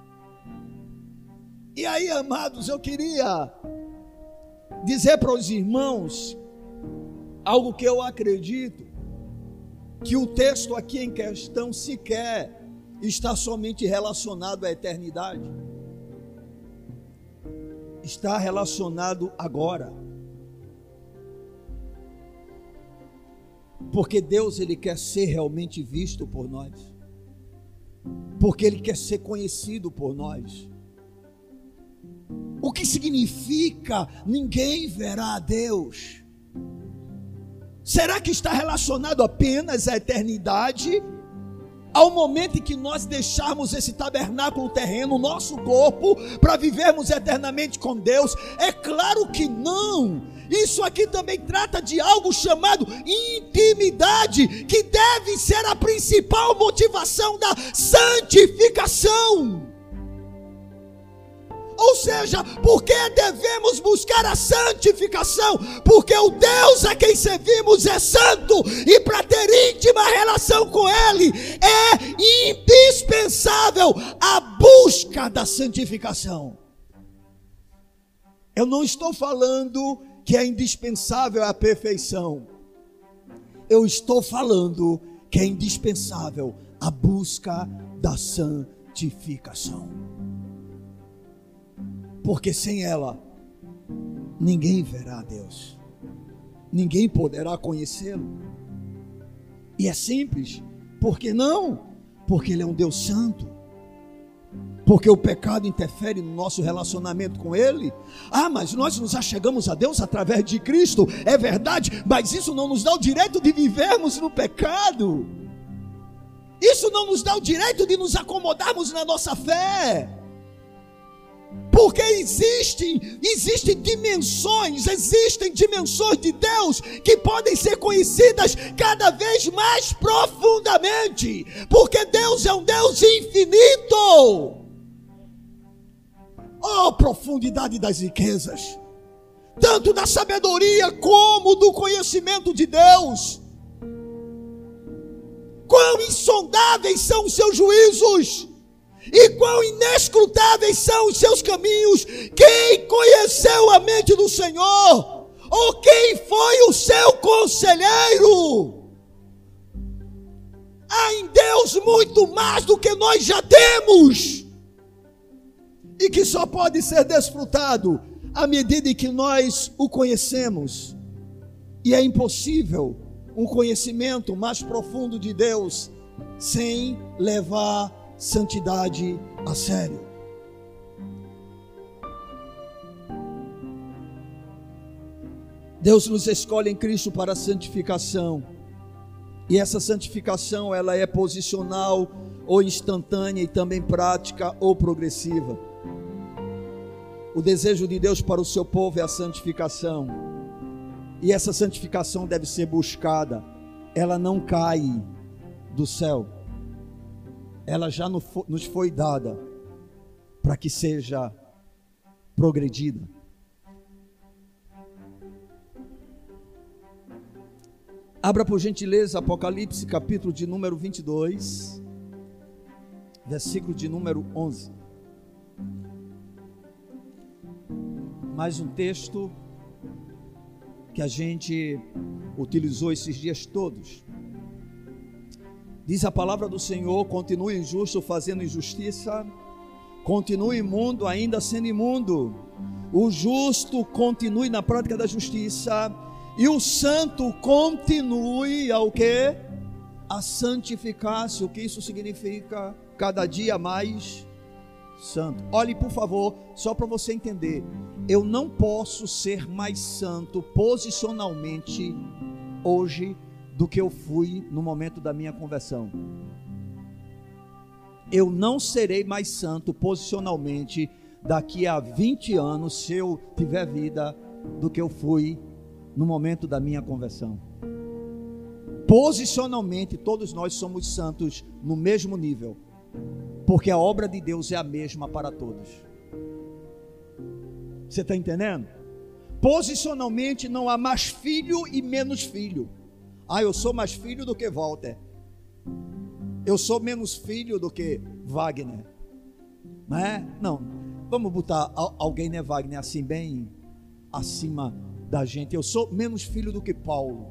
E aí, amados, eu queria dizer para os irmãos algo que eu acredito que o texto aqui em questão sequer está somente relacionado à eternidade. Está relacionado agora. Porque Deus, Ele quer ser realmente visto por nós. Porque Ele quer ser conhecido por nós. O que significa ninguém verá a Deus? Será que está relacionado apenas à eternidade? Ao momento em que nós deixarmos esse tabernáculo terreno, nosso corpo, para vivermos eternamente com Deus? É claro que não. Isso aqui também trata de algo chamado intimidade, que deve ser a principal motivação da santificação. Ou seja, por que devemos buscar a santificação? Porque o Deus a quem servimos é santo, e para ter íntima relação com Ele é indispensável a busca da santificação. Eu não estou falando que é indispensável a perfeição. Eu estou falando que é indispensável a busca da santificação. Porque sem ela, ninguém verá a Deus. Ninguém poderá conhecê-lo. E é simples. Por que não? Porque Ele é um Deus santo. Porque o pecado interfere no nosso relacionamento com Ele. Ah, mas nós nos achegamos a Deus através de Cristo. É verdade, mas isso não nos dá o direito de vivermos no pecado. Isso não nos dá o direito de nos acomodarmos na nossa fé. Porque existem dimensões de Deus que podem ser conhecidas cada vez mais profundamente. Porque Deus é um Deus infinito. Oh, profundidade das riquezas, tanto da sabedoria como do conhecimento de Deus. Quão insondáveis são os seus juízos, e quão inescrutáveis são os seus caminhos. Quem conheceu a mente do Senhor? Ou quem foi o seu conselheiro? Há em Deus muito mais do que nós já temos, e que só pode ser desfrutado à medida em que nós o conhecemos. E é impossível um conhecimento mais profundo de Deus sem levar santidade a sério. Deus nos escolhe em Cristo para a santificação, e essa santificação ela é posicional ou instantânea, e também prática ou progressiva. O desejo de Deus para o seu povo é a santificação, e essa santificação deve ser buscada. Ela não cai do céu, ela já nos foi dada para que seja progredida. Abra por gentileza Apocalipse capítulo de número 22, versículo de número 11. Mais um texto que a gente utilizou esses dias todos. Diz a palavra do Senhor: continue injusto fazendo injustiça, continue imundo ainda sendo imundo. O justo continue na prática da justiça, e o santo continue ao quê? A santificar-se. O que isso significa? Cada dia mais santo. Olhe, por favor, só para você entender. Eu não posso ser mais santo posicionalmente hoje do que eu fui no momento da minha conversão. Eu não serei mais santo posicionalmente daqui a 20 anos, se eu tiver vida, do que eu fui no momento da minha conversão. Posicionalmente, todos nós somos santos no mesmo nível, porque a obra de Deus é a mesma para todos. Você está entendendo? Posicionalmente não há mais filho e menos filho. Ah, eu sou mais filho do que Walter, eu sou menos filho do que Wagner, não é? Não, vamos botar alguém, né, Wagner, assim bem acima da gente. Eu sou menos filho do que Paulo.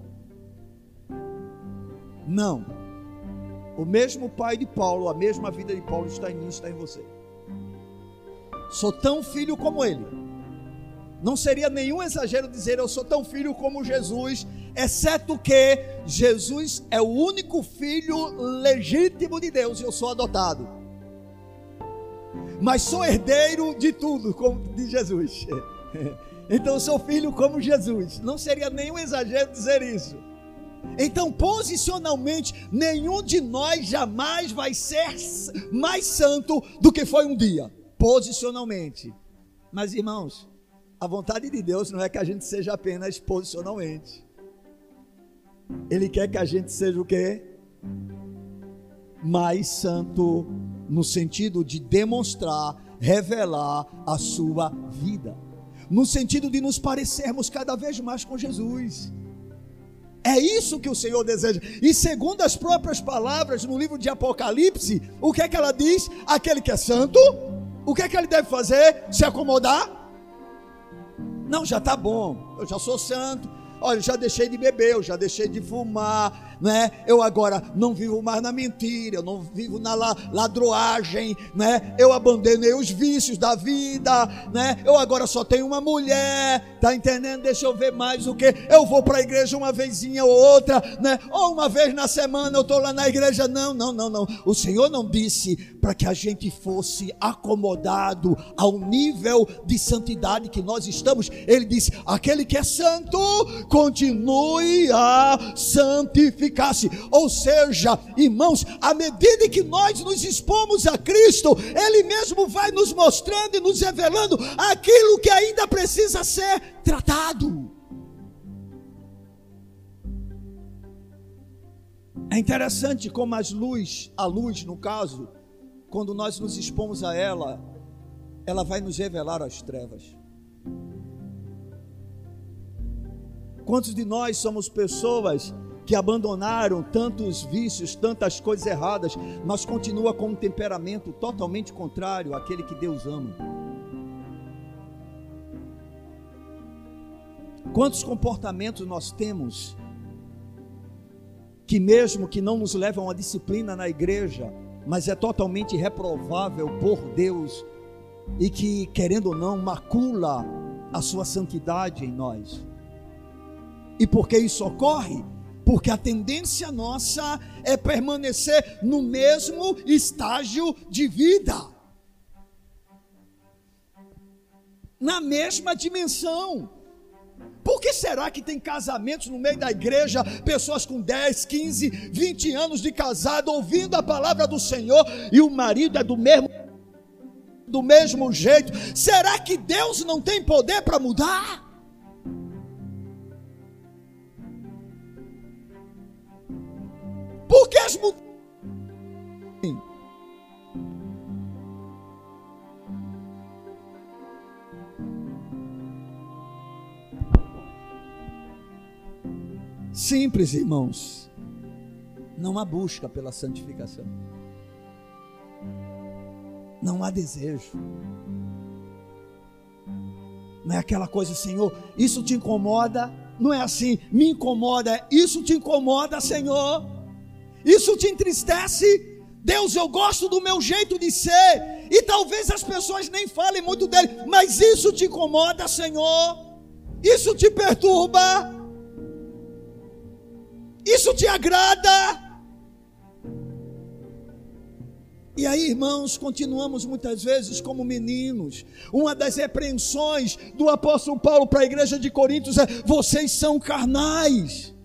Não, o mesmo pai de Paulo, a mesma vida de Paulo está em mim, está em você. Sou tão filho como ele. Não seria nenhum exagero dizer eu sou tão filho como Jesus, exceto que Jesus é o único filho legítimo de Deus e eu sou adotado. Mas sou herdeiro de tudo, como de Jesus. Então eu sou filho como Jesus. Não seria nenhum exagero dizer isso. Então, posicionalmente, nenhum de nós jamais vai ser mais santo do que foi um dia, posicionalmente. Mas, irmãos, a vontade de Deus não é que a gente seja apenas posicionalmente. Ele quer que a gente seja o quê? Mais santo, no sentido de demonstrar, revelar a sua vida, no sentido de nos parecermos cada vez mais com Jesus. É isso que o Senhor deseja. E segundo as próprias palavras no livro de Apocalipse, o que é que ela diz? Aquele que é santo, o que é que ele deve fazer? Se acomodar? Não, já está bom, eu já sou santo. Olha, eu já deixei de beber, eu já deixei de fumar, né? Eu agora não vivo mais na mentira, eu não vivo na ladroagem, né? Eu abandonei os vícios da vida, né? Eu agora só tenho uma mulher, tá entendendo? Deixa eu ver mais o que. Eu vou para a igreja uma vezinha ou outra, né? Ou uma vez na semana eu estou lá na igreja. Não. O Senhor não disse para que a gente fosse acomodado ao nível de santidade que nós estamos. Ele disse: aquele que é santo, continue a santificar-se. Ou seja, irmãos, à medida que nós nos expomos a Cristo, Ele mesmo vai nos mostrando e nos revelando aquilo que ainda precisa ser tratado. É interessante como a luz no caso, quando nós nos expomos a ela, ela vai nos revelar as trevas. Quantos de nós somos pessoas que abandonaram tantos vícios, tantas coisas erradas, mas continua com um temperamento totalmente contrário àquele que Deus ama? Quantos comportamentos nós temos que mesmo que não nos levam à disciplina na igreja, mas é totalmente reprovável por Deus e que, querendo ou não, macula a sua santidade em nós? E por que isso ocorre? Porque a tendência nossa é permanecer no mesmo estágio de vida, na mesma dimensão. Por que será que tem casamentos no meio da igreja, pessoas com 10, 15, 20 anos de casado, ouvindo a palavra do Senhor, e o marido é do mesmo jeito? Será que Deus não tem poder para mudar? Por que as mudanças? Simples, irmãos. Não há busca pela santificação. Não há desejo. Não é aquela coisa: Senhor, isso te incomoda? Não é assim, me incomoda. Isso te incomoda, Senhor? Isso te entristece? Deus, eu gosto do meu jeito de ser, e talvez as pessoas nem falem muito dele, mas isso te incomoda, Senhor? Isso te perturba? Isso te agrada? E aí, irmãos, continuamos muitas vezes como meninos. Uma das repreensões do apóstolo Paulo para a igreja de Coríntios é: vocês são carnais,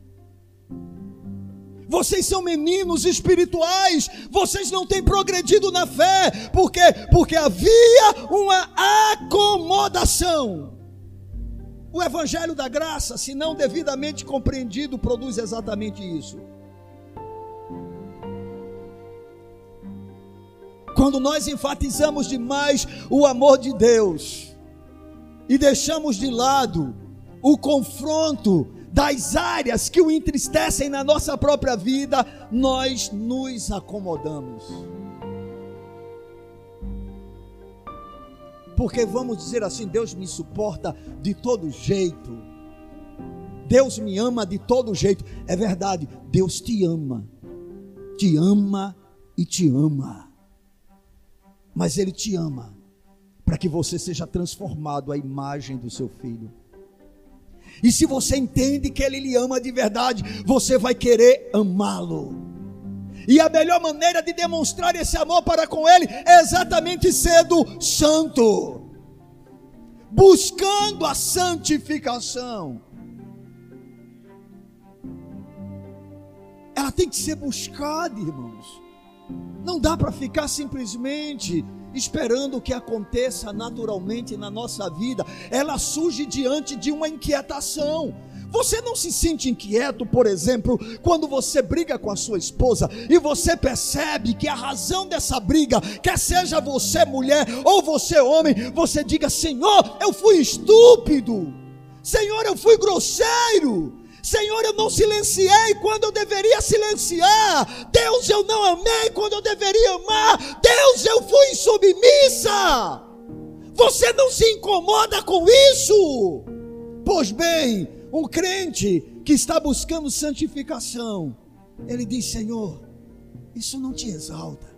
vocês são meninos espirituais, vocês não têm progredido na fé. Por quê? Porque havia uma acomodação. O evangelho da graça, se não devidamente compreendido, produz exatamente isso. Quando nós enfatizamos demais o amor de Deus e deixamos de lado o confronto das áreas que o entristecem na nossa própria vida, nós nos acomodamos. Porque vamos dizer assim: Deus me suporta de todo jeito, Deus me ama de todo jeito. É verdade, Deus te ama e te ama, mas Ele te ama para que você seja transformado à imagem do seu Filho. E se você entende que Ele lhe ama de verdade, você vai querer amá-lo. E a melhor maneira de demonstrar esse amor para com Ele é exatamente sendo santo, buscando a santificação. ela tem que ser buscada, irmãos. Não dá para ficar simplesmente esperando que aconteça naturalmente na nossa vida. Ela surge diante de uma inquietação. Você não se sente inquieto, por exemplo, quando você briga com a sua esposa e você percebe que a razão dessa briga, quer seja você mulher ou você homem, você diga: Senhor, eu fui estúpido, Senhor, eu fui grosseiro, Senhor, eu não silenciei quando eu deveria silenciar, Deus, eu não amei quando eu deveria amar, Deus, eu fui insubmissa. Você não se incomoda com isso? Pois bem, um crente que está buscando santificação, ele diz: Senhor, isso não te exalta.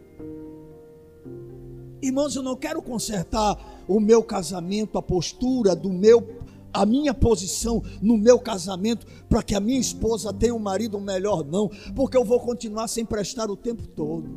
Irmãos, eu não quero consertar o meu casamento, a postura a minha posição no meu casamento, para que a minha esposa tenha um marido melhor, não, porque eu vou continuar sem prestar o tempo todo.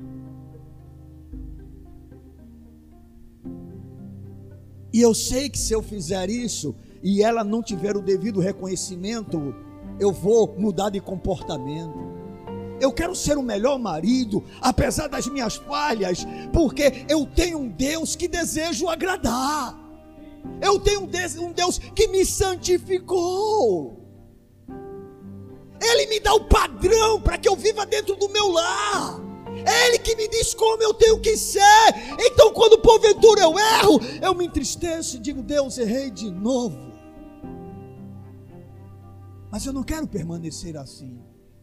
E eu sei que se eu fizer isso e ela não tiver o devido reconhecimento, eu vou mudar de comportamento. Eu quero ser o melhor marido, apesar das minhas falhas, porque eu tenho um Deus que desejo agradar. Eu tenho um Deus que me santificou. Ele me dá o padrão para que eu viva dentro do meu lar. É Ele que me diz como eu tenho que ser. Então, quando porventura eu erro, eu me entristeço e digo: Deus, errei de novo. Mas eu não quero permanecer assim.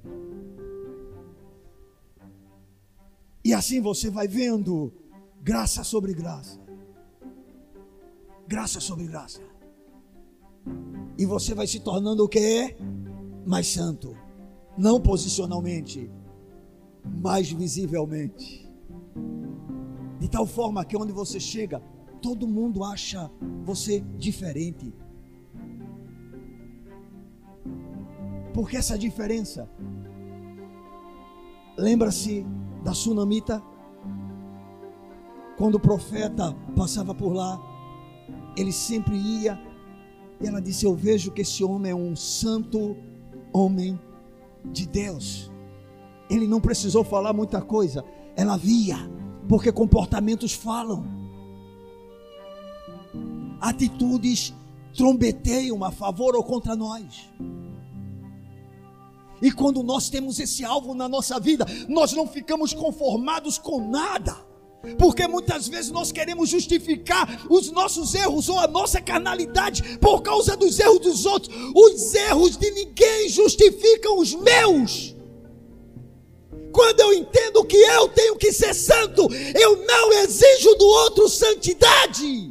E assim você vai vendo graça sobre graça, graça sobre graça, e você vai se tornando o quê? Mais santo. Não posicionalmente, mas visivelmente. De tal forma que onde você chega, todo mundo acha você diferente. Porque essa diferença, lembra-se da sunamita? Quando o profeta passava por lá, ele sempre ia, e ela disse: eu vejo que esse homem é um santo homem de Deus. Ele não precisou falar muita coisa, ela via, porque comportamentos falam, atitudes trombeteiam a favor ou contra nós. E quando nós temos esse alvo na nossa vida, nós não ficamos conformados com nada, porque muitas vezes nós queremos justificar os nossos erros ou a nossa carnalidade por causa dos erros dos outros. Os erros de ninguém justificam os meus. Quando eu entendo que eu tenho que ser santo, eu não exijo do outro santidade,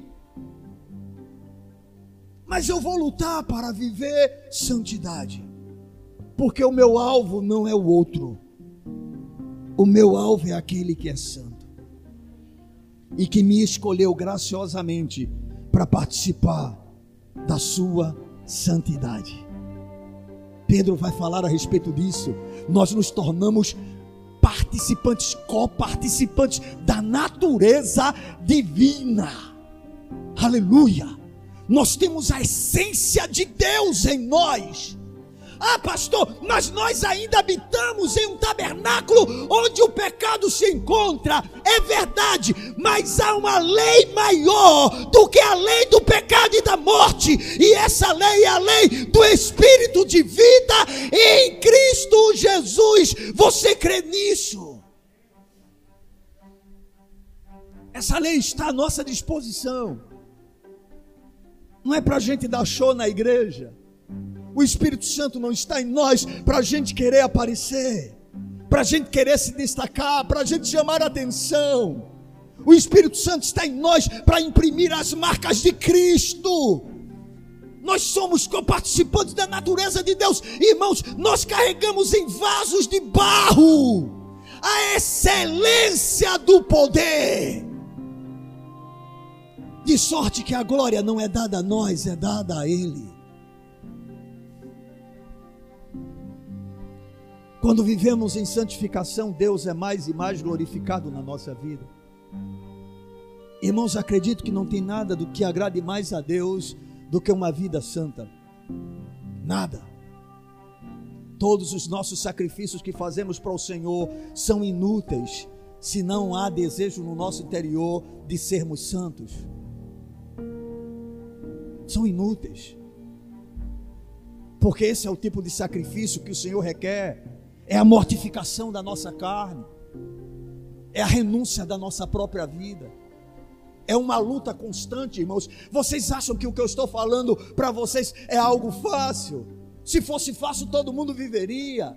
mas eu vou lutar para viver santidade. Porque o meu alvo não é o outro. O meu alvo é aquele que é santo e que me escolheu graciosamente para participar da sua santidade. Pedro vai falar a respeito disso. Nós nos tornamos participantes, coparticipantes da natureza divina. Aleluia! Nós temos a essência de Deus em nós. Ah, pastor, mas nós ainda habitamos em um tabernáculo onde o pecado se encontra. É verdade, mas há uma lei maior do que a lei do pecado e da morte, e essa lei é a lei do Espírito de vida em Cristo Jesus. Você crê nisso? Essa lei está à nossa disposição. Não é para a gente dar show na igreja. O Espírito Santo não está em nós para a gente querer aparecer, para a gente querer se destacar, para a gente chamar a atenção. O Espírito Santo está em nós para imprimir as marcas de Cristo. Nós somos coparticipantes da natureza de Deus. Irmãos, nós carregamos em vasos de barro a excelência do poder, de sorte que a glória não é dada a nós, é dada a Ele. Quando vivemos em santificação, Deus é mais e mais glorificado na nossa vida. Irmãos, acredito que não tem nada do que agrade mais a Deus do que uma vida santa. Nada. Todos os nossos sacrifícios que fazemos para o Senhor são inúteis se não há desejo no nosso interior de sermos santos. São inúteis. Porque esse é o tipo de sacrifício que o Senhor requer. É a mortificação da nossa carne. É a renúncia da nossa própria vida. É uma luta constante, irmãos. Vocês acham que o que eu estou falando para vocês é algo fácil? Se fosse fácil, todo mundo viveria.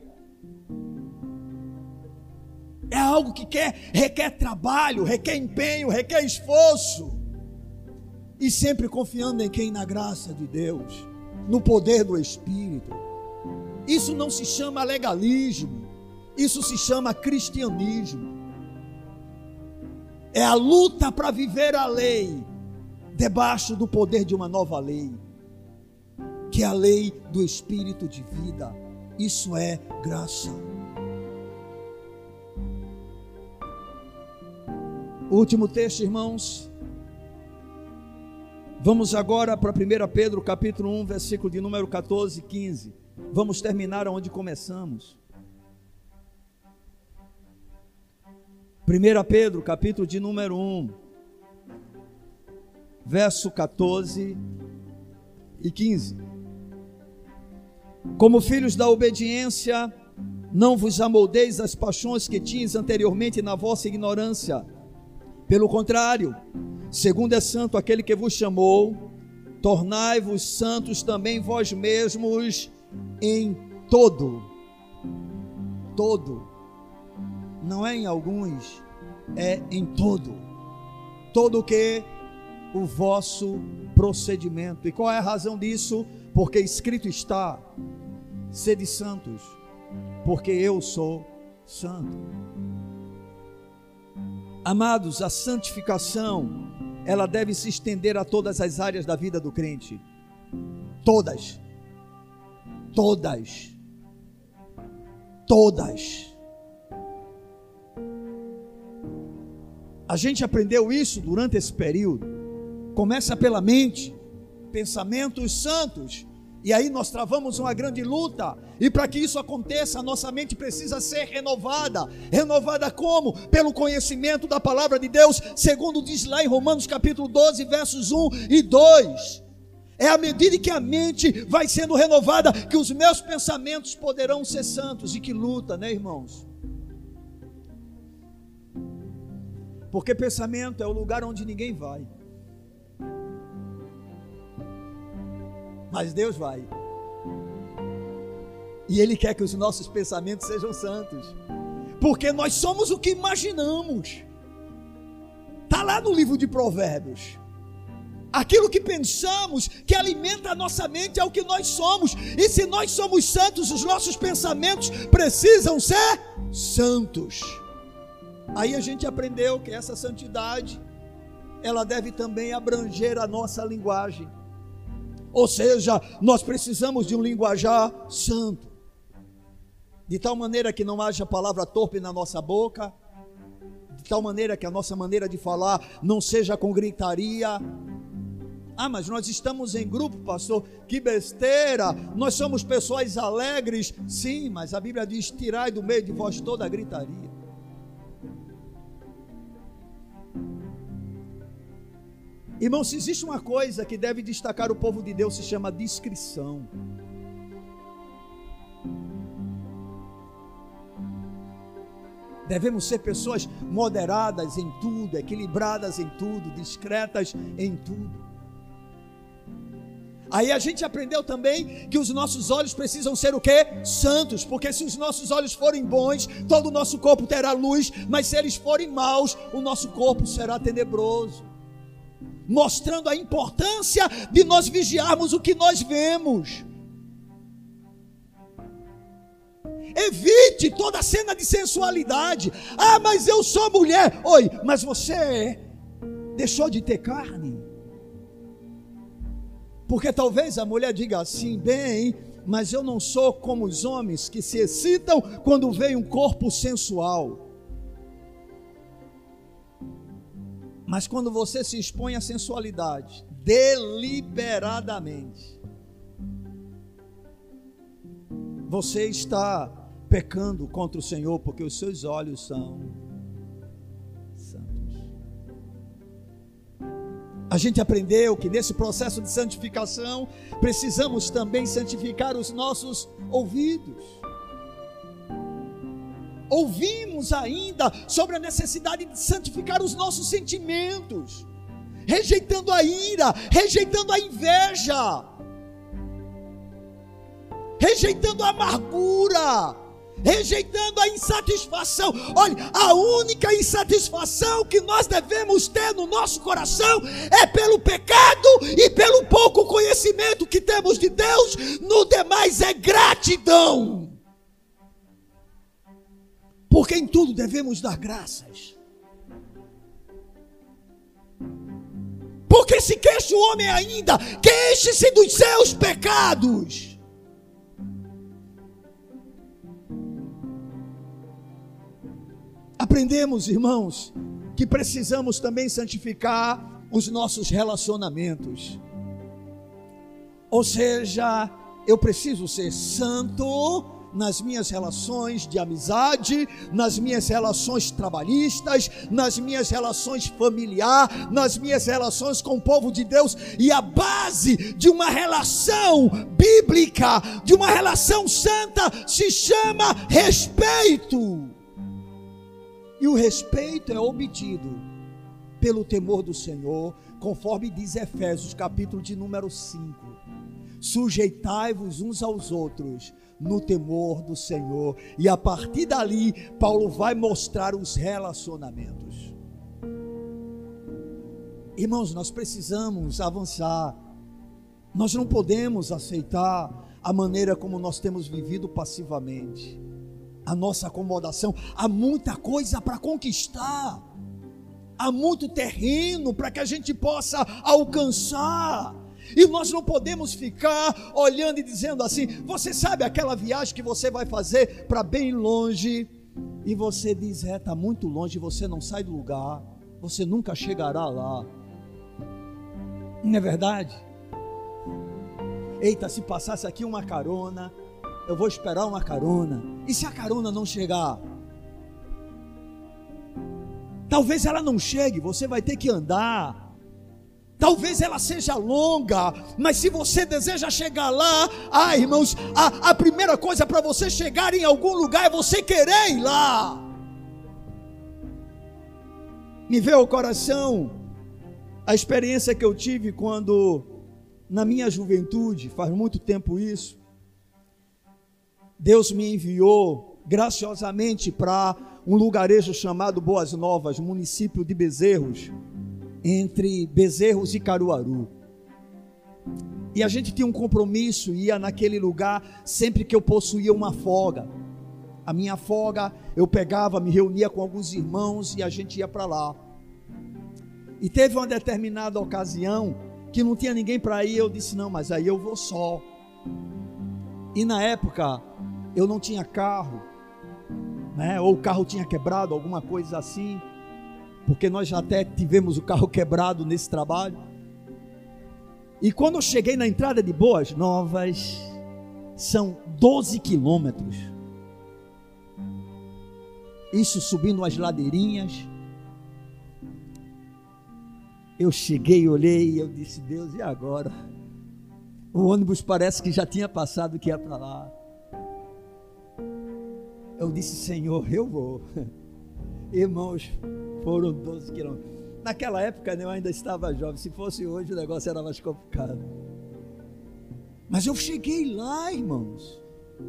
É algo que requer trabalho, requer empenho, requer esforço. E sempre confiando em quem? Na graça de Deus, no poder do Espírito. Isso não se chama legalismo, isso se chama cristianismo. É a luta para viver a lei, debaixo do poder de uma nova lei, que é a lei do Espírito de vida. Isso é graça. O último texto, irmãos. Vamos agora para 1 Pedro capítulo 1, versículo de número 14 e 15. Vamos terminar onde começamos. 1 Pedro capítulo de número 1, verso 14 e 15. Como filhos da obediência, não vos amoldeis às paixões que tinhas anteriormente na vossa ignorância. Pelo contrário, segundo é santo aquele que vos chamou, tornai-vos santos também vós mesmos em todo. Todo. Não é em alguns, é em todo. Todo o que? O vosso procedimento. E qual é a razão disso? Porque escrito está: sede santos, porque eu sou santo. Amados, a santificação, ela deve se estender a todas as áreas da vida do crente. Todas. Todas. Todas. A gente aprendeu isso durante esse período. Começa pela mente, pensamentos santos, e aí nós travamos uma grande luta, e para que isso aconteça, a nossa mente precisa ser renovada. Renovada como? Pelo conhecimento da palavra de Deus, segundo diz lá em Romanos capítulo 12, versos 1 e 2. É à medida que a mente vai sendo renovada, que os meus pensamentos poderão ser santos. E que luta, né, irmãos? Porque pensamento é o lugar onde ninguém vai, mas Deus vai. E Ele quer que os nossos pensamentos sejam santos, porque nós somos o que imaginamos. Está lá no livro de Provérbios. Aquilo que pensamos, que alimenta a nossa mente, é o que nós somos. E se nós somos santos, os nossos pensamentos precisam ser santos. Aí a gente aprendeu que essa santidade, ela deve também abranger a nossa linguagem. Ou seja, nós precisamos de um linguajar santo, de tal maneira que não haja palavra torpe na nossa boca, de tal maneira que a nossa maneira de falar não seja com gritaria. Ah, mas nós estamos em grupo, pastor, que besteira, nós somos pessoas alegres. Sim, mas a Bíblia diz: tirai do meio de vós toda a gritaria. Irmão, se existe uma coisa que deve destacar o povo de Deus, se chama discrição. Devemos ser pessoas moderadas em tudo, equilibradas em tudo, discretas em tudo. Aí a gente aprendeu também que os nossos olhos precisam ser o quê? Santos, porque se os nossos olhos forem bons, todo o nosso corpo terá luz, mas se eles forem maus, o nosso corpo será tenebroso, mostrando a importância de nós vigiarmos o que nós vemos. Evite toda cena de sensualidade. Ah, mas eu sou mulher. Oi, mas você deixou de ter carne? Porque talvez a mulher diga assim: bem, mas eu não sou como os homens que se excitam quando veem um corpo sensual. Mas quando você se expõe à sensualidade, deliberadamente, você está pecando contra o Senhor, porque os seus olhos são santos. A gente aprendeu que nesse processo de santificação, precisamos também santificar os nossos ouvidos. Ouvimos ainda sobre a necessidade de santificar os nossos sentimentos, rejeitando a ira, rejeitando a inveja, rejeitando a amargura, rejeitando a insatisfação. Olha, a única insatisfação que nós devemos ter no nosso coração é pelo pecado e pelo pouco conhecimento que temos de Deus. No demais é gratidão, porque em tudo devemos dar graças. Porque se queixa o homem ainda, queixe-se dos seus pecados. Aprendemos, irmãos, que precisamos também santificar os nossos relacionamentos. Ou seja, eu preciso ser santo nas minhas relações de amizade, nas minhas relações trabalhistas, nas minhas relações familiares, nas minhas relações com o povo de Deus. E a base de uma relação bíblica, de uma relação santa, se chama respeito. E o respeito é obtido pelo temor do Senhor, conforme diz Efésios, capítulo de número 5. Sujeitai-vos uns aos outros no temor do Senhor. E a partir dali, Paulo vai mostrar os relacionamentos. Irmãos, nós precisamos avançar. Nós não podemos aceitar a maneira como nós temos vivido passivamente, a nossa acomodação. Há muita coisa para conquistar, há muito terreno para que a gente possa alcançar, e nós não podemos ficar olhando e dizendo assim: você sabe aquela viagem que você vai fazer para bem longe, e você diz, está muito longe, você não sai do lugar, você nunca chegará lá. Não é verdade? Eita, se passasse aqui uma carona, eu vou esperar uma carona, e se a carona não chegar? Talvez ela não chegue, você vai ter que andar. Talvez ela seja longa, mas se você deseja chegar lá, irmãos, a primeira coisa para você chegar em algum lugar é você querer ir lá. Me veio ao coração a experiência que eu tive quando, na minha juventude, faz muito tempo isso, Deus me enviou graciosamente para um lugarejo chamado Boas Novas, município de Bezerros, entre Bezerros e Caruaru. E a gente tinha um compromisso, ia naquele lugar sempre que eu possuía uma folga. A minha folga eu pegava, me reunia com alguns irmãos e a gente ia para lá. E teve uma determinada ocasião que não tinha ninguém para ir, eu disse, não, mas aí eu vou só. E na época eu não tinha carro, né? Ou o carro tinha quebrado, alguma coisa assim, porque nós já até tivemos o carro quebrado nesse trabalho. E quando eu cheguei na entrada de Boas Novas, são 12 quilômetros, isso subindo umas ladeirinhas. Eu cheguei, olhei e eu disse, Deus, e agora? O ônibus parece que já tinha passado, que ia para lá. Eu disse, Senhor, eu vou. Irmãos, foram 12 quilômetros. Naquela época eu ainda estava jovem, se fosse hoje o negócio era mais complicado. Mas eu cheguei lá, irmãos.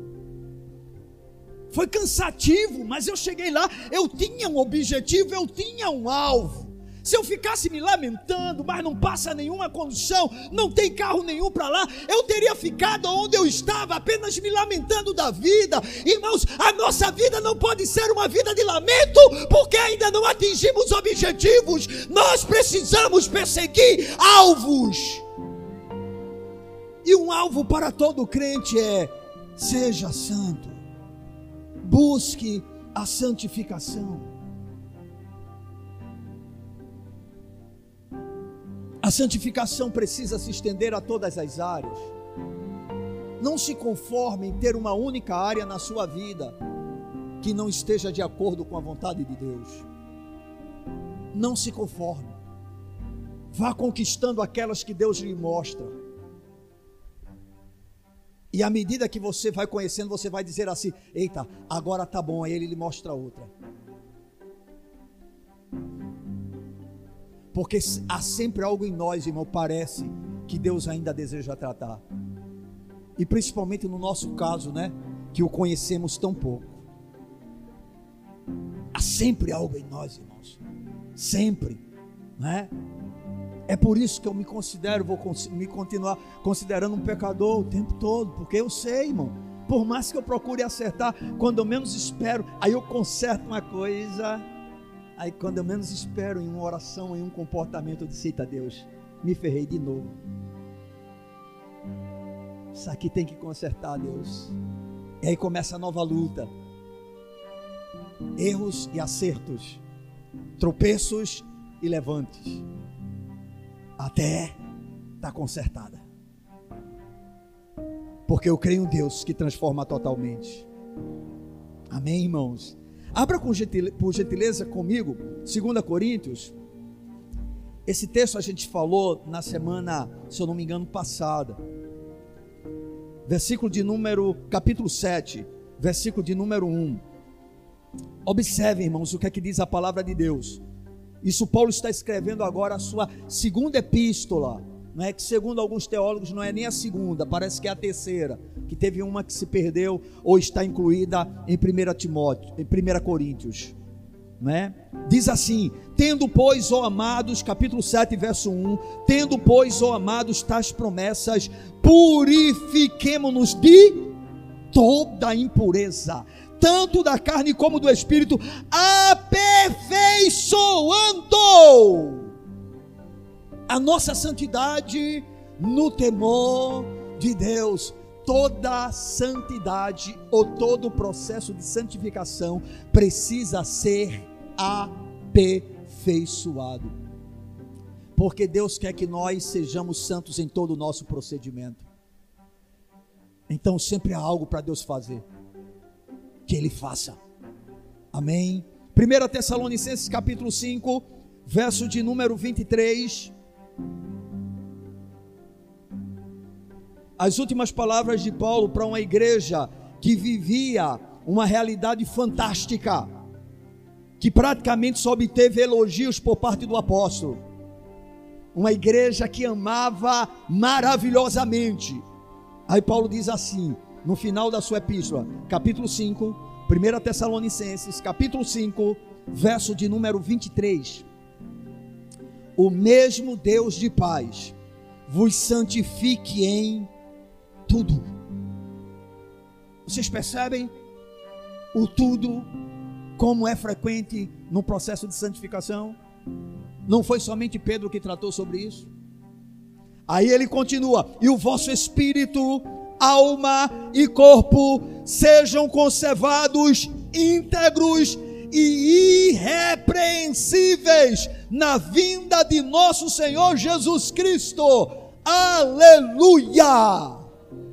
Foi cansativo, mas eu cheguei lá, eu tinha um objetivo, eu tinha um alvo. Se eu ficasse me lamentando, mas não passa nenhuma condução, não tem carro nenhum para lá, eu teria ficado onde eu estava, apenas me lamentando da vida. Irmãos, a nossa vida não pode ser uma vida de lamento, porque ainda não atingimos objetivos. Nós precisamos perseguir alvos. E um alvo para todo crente é: seja santo, busque a santificação. A santificação precisa se estender a todas as áreas. Não se conforme em ter uma única área na sua vida que não esteja de acordo com a vontade de Deus. Não se conforme. Vá conquistando aquelas que Deus lhe mostra. E à medida que você vai conhecendo, você vai dizer assim: eita, agora tá bom. Aí Ele lhe mostra outra. Porque há sempre algo em nós, irmão, parece que Deus ainda deseja tratar. E principalmente no nosso caso, né? Que o conhecemos tão pouco. Há sempre algo em nós, irmãos. Sempre, né? É por isso que eu me considero, vou me continuar considerando um pecador o tempo todo, porque eu sei, irmão, por mais que eu procure acertar, quando eu menos espero, aí eu conserto uma coisa, aí quando eu menos espero, em uma oração, em um comportamento, eu disse: eita Deus, me ferrei de novo. Isso aqui tem que consertar, Deus. E aí começa a nova luta. Erros e acertos, tropeços e levantes, até estar consertada. Porque eu creio em Deus que transforma totalmente. Amém, irmãos? Abra por gentileza comigo 2 Coríntios. Esse texto a gente falou na semana, se eu não me engano, passada. Capítulo 7, versículo de número 1. Observe, irmãos, o que é que diz a palavra de Deus. Isso Paulo está escrevendo agora a sua segunda epístola, não é? Que segundo alguns teólogos não é nem a segunda, parece que é a terceira, que teve uma que se perdeu ou está incluída em 1 Coríntios, não é? Diz assim: tendo pois, ó amados, capítulo 7, verso 1, tendo pois, ó amados, tais promessas, purifiquemo-nos de toda impureza, tanto da carne como do espírito, aperfeiçoando a nossa santidade no temor de Deus. Toda santidade ou todo o processo de santificação precisa ser aperfeiçoado, porque Deus quer que nós sejamos santos em todo o nosso procedimento. Então sempre há algo para Deus fazer, que Ele faça. Amém? 1 Tessalonicenses capítulo 5, verso de número 23. As últimas palavras de Paulo para uma igreja que vivia uma realidade fantástica, que praticamente só obteve elogios por parte do apóstolo. Uma igreja que amava maravilhosamente. Aí Paulo diz assim, no final da sua epístola, capítulo 5, 1 Tessalonicenses, capítulo 5, verso de número 23. O mesmo Deus de paz vos santifique em tudo. Vocês percebem o tudo, como é frequente no processo de santificação? Não foi somente Pedro que tratou sobre isso. Aí ele continua: e o vosso espírito, alma e corpo sejam conservados íntegros e irrepreensíveis na vinda de nosso Senhor Jesus Cristo. Aleluia!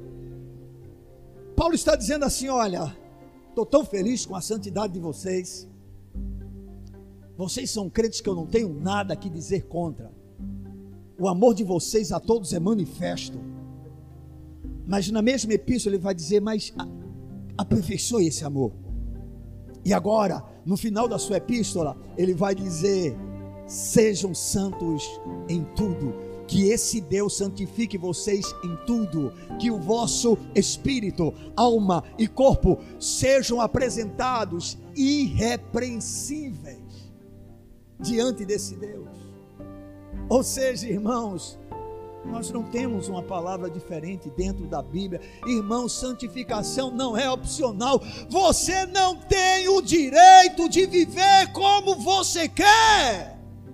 Paulo está dizendo assim: olha, estou tão feliz com a santidade de vocês. Vocês são crentes que eu não tenho nada que dizer contra. O amor de vocês a todos é manifesto. Mas na mesma epístola ele vai dizer: mas aperfeiçoe esse amor. E agora, no final da sua epístola, ele vai dizer: sejam santos em tudo. Que esse Deus santifique vocês em tudo, que o vosso espírito, alma e corpo sejam apresentados irrepreensíveis diante desse Deus. Ou seja, irmãos, nós não temos uma palavra diferente dentro da Bíblia. Irmãos, santificação não é opcional. Você não tem o direito de viver como você quer.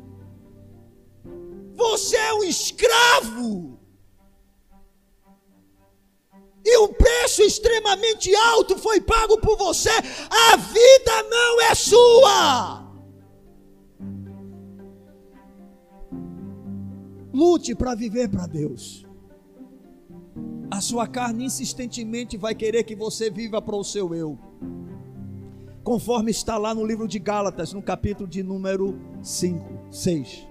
Você é um escravo, e um preço extremamente alto foi pago por você. A vida não é sua. Lute para viver para Deus. A sua carne insistentemente vai querer que você viva para o seu eu, conforme está lá no livro de Gálatas, no capítulo de número 5, 6.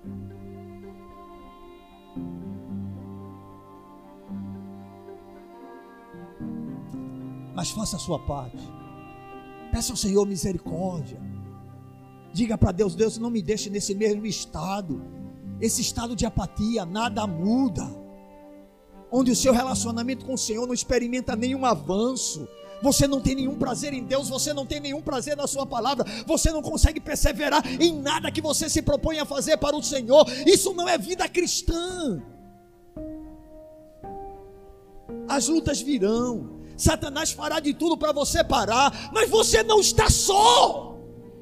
Mas faça a sua parte. Peça ao Senhor misericórdia. Diga para Deus: Deus, não me deixe nesse mesmo estado, esse estado de apatia, nada muda, onde o seu relacionamento com o Senhor não experimenta nenhum avanço. Você não tem nenhum prazer em Deus, você não tem nenhum prazer na sua palavra, você não consegue perseverar em nada que você se propõe a fazer para o Senhor. Isso não é vida cristã. As lutas virão, Satanás fará de tudo para você parar, mas você não está só.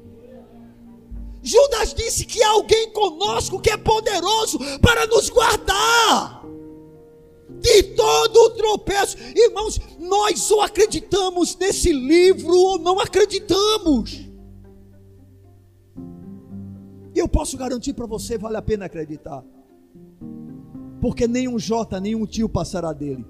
Judas disse que há alguém conosco que é poderoso para nos guardar de todo o tropeço. Irmãos, nós ou acreditamos nesse livro ou não acreditamos. E eu posso garantir para você, vale a pena acreditar, porque nenhum Jota, nenhum tio passará dele.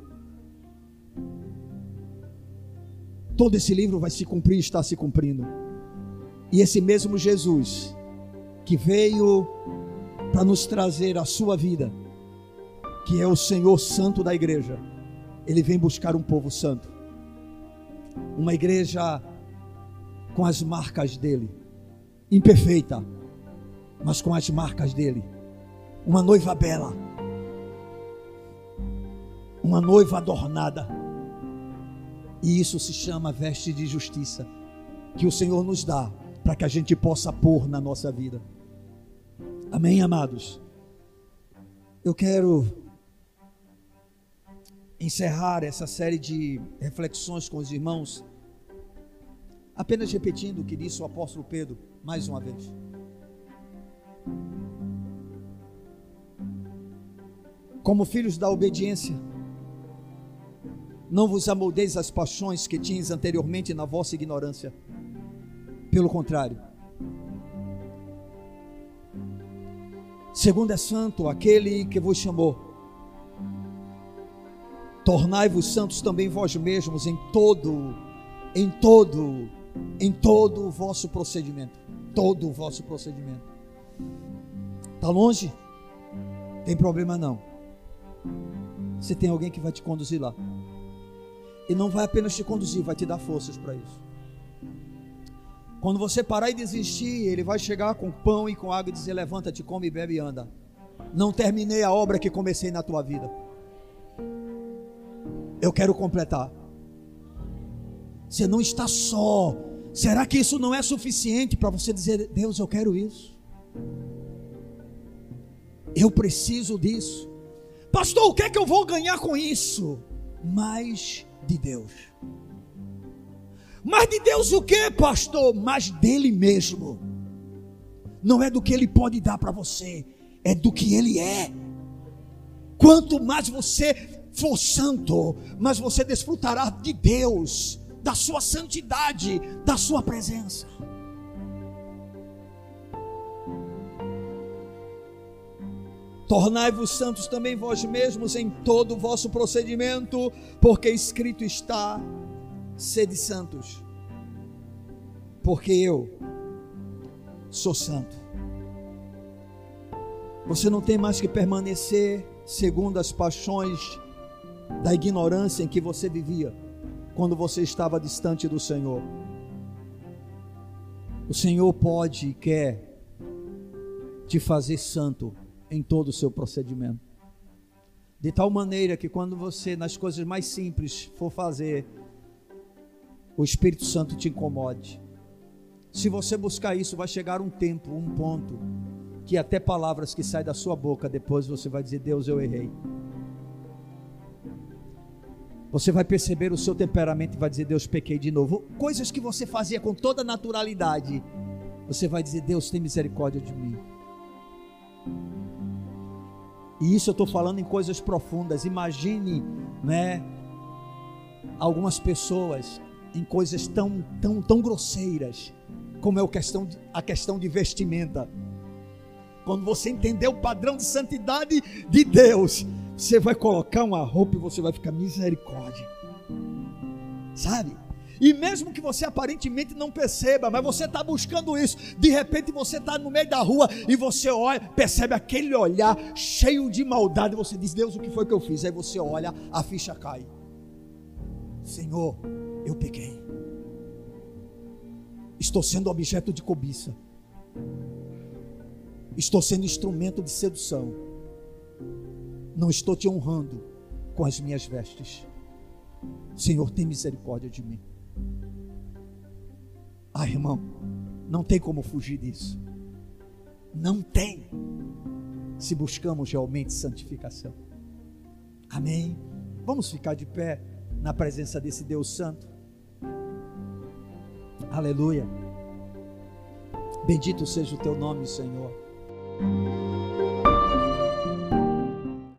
Todo esse livro vai se cumprir, está se cumprindo. E esse mesmo Jesus que veio para nos trazer a sua vida, que é o Senhor Santo da igreja, Ele vem buscar um povo santo, uma igreja com as marcas dele, imperfeita, mas com as marcas dele, uma noiva bela, uma noiva adornada. E isso se chama veste de justiça, que o Senhor nos dá para que a gente possa pôr na nossa vida. Amém, amados? Eu quero encerrar essa série de reflexões com os irmãos, apenas repetindo o que disse o apóstolo Pedro, mais uma vez. Como filhos da obediência, não vos amoldeis às paixões que tinhas anteriormente na vossa ignorância. Pelo contrário, segundo é santo aquele que vos chamou, tornai-vos santos também vós mesmos em todo o vosso procedimento. Todo o vosso procedimento. Está longe? Tem problema não. Você tem alguém que vai te conduzir lá. E não vai apenas te conduzir, vai te dar forças para isso. Quando você parar e desistir, Ele vai chegar com pão e com água e dizer: levanta-te, come, bebe e anda. Não terminei a obra que comecei na tua vida. Eu quero completar. Você não está só. Será que isso não é suficiente para você dizer: Deus, eu quero isso, eu preciso disso? Pastor, o que é que eu vou ganhar com isso? Mais de Deus. Mas de Deus o que, pastor? Mas dele mesmo. Não é do que Ele pode dar para você, é do que Ele é. Quanto mais você for santo, mais você desfrutará de Deus, da sua santidade, da sua presença. Tornai-vos santos também vós mesmos em todo o vosso procedimento, porque escrito está: sede santos, porque eu sou santo. Você não tem mais que permanecer segundo as paixões da ignorância em que você vivia quando você estava distante do Senhor. O Senhor pode e quer te fazer santo em todo o seu procedimento, de tal maneira que quando você, nas coisas mais simples, for fazer, o Espírito Santo te incomode. Se você buscar isso, vai chegar um tempo, um ponto, que até palavras que saem da sua boca, depois você vai dizer: Deus, eu errei. Você vai perceber o seu temperamento e vai dizer: Deus, pequei de novo. Coisas que você fazia com toda naturalidade, você vai dizer: Deus, tem misericórdia de mim. E isso eu estou falando em coisas profundas. Imagine, né, algumas pessoas em coisas tão grosseiras, como é a questão de vestimenta. Quando você entender o padrão de santidade de Deus, Você vai colocar uma roupa e você vai ficar misericórdia, sabe? E mesmo que você aparentemente não perceba, mas você está buscando isso, de repente você está no meio da rua e você olha, percebe aquele olhar cheio de maldade, você diz: Deus, o que foi que eu fiz? Aí você olha, a ficha cai. Senhor, eu pequei, estou sendo objeto de cobiça, estou sendo instrumento de sedução, não estou te honrando com as minhas vestes. Senhor, tem misericórdia de mim. Ah, irmão, não tem como fugir disso. Não tem, se buscamos realmente santificação. Amém? Vamos ficar de pé na presença desse Deus Santo. Aleluia. Bendito seja o teu nome, Senhor.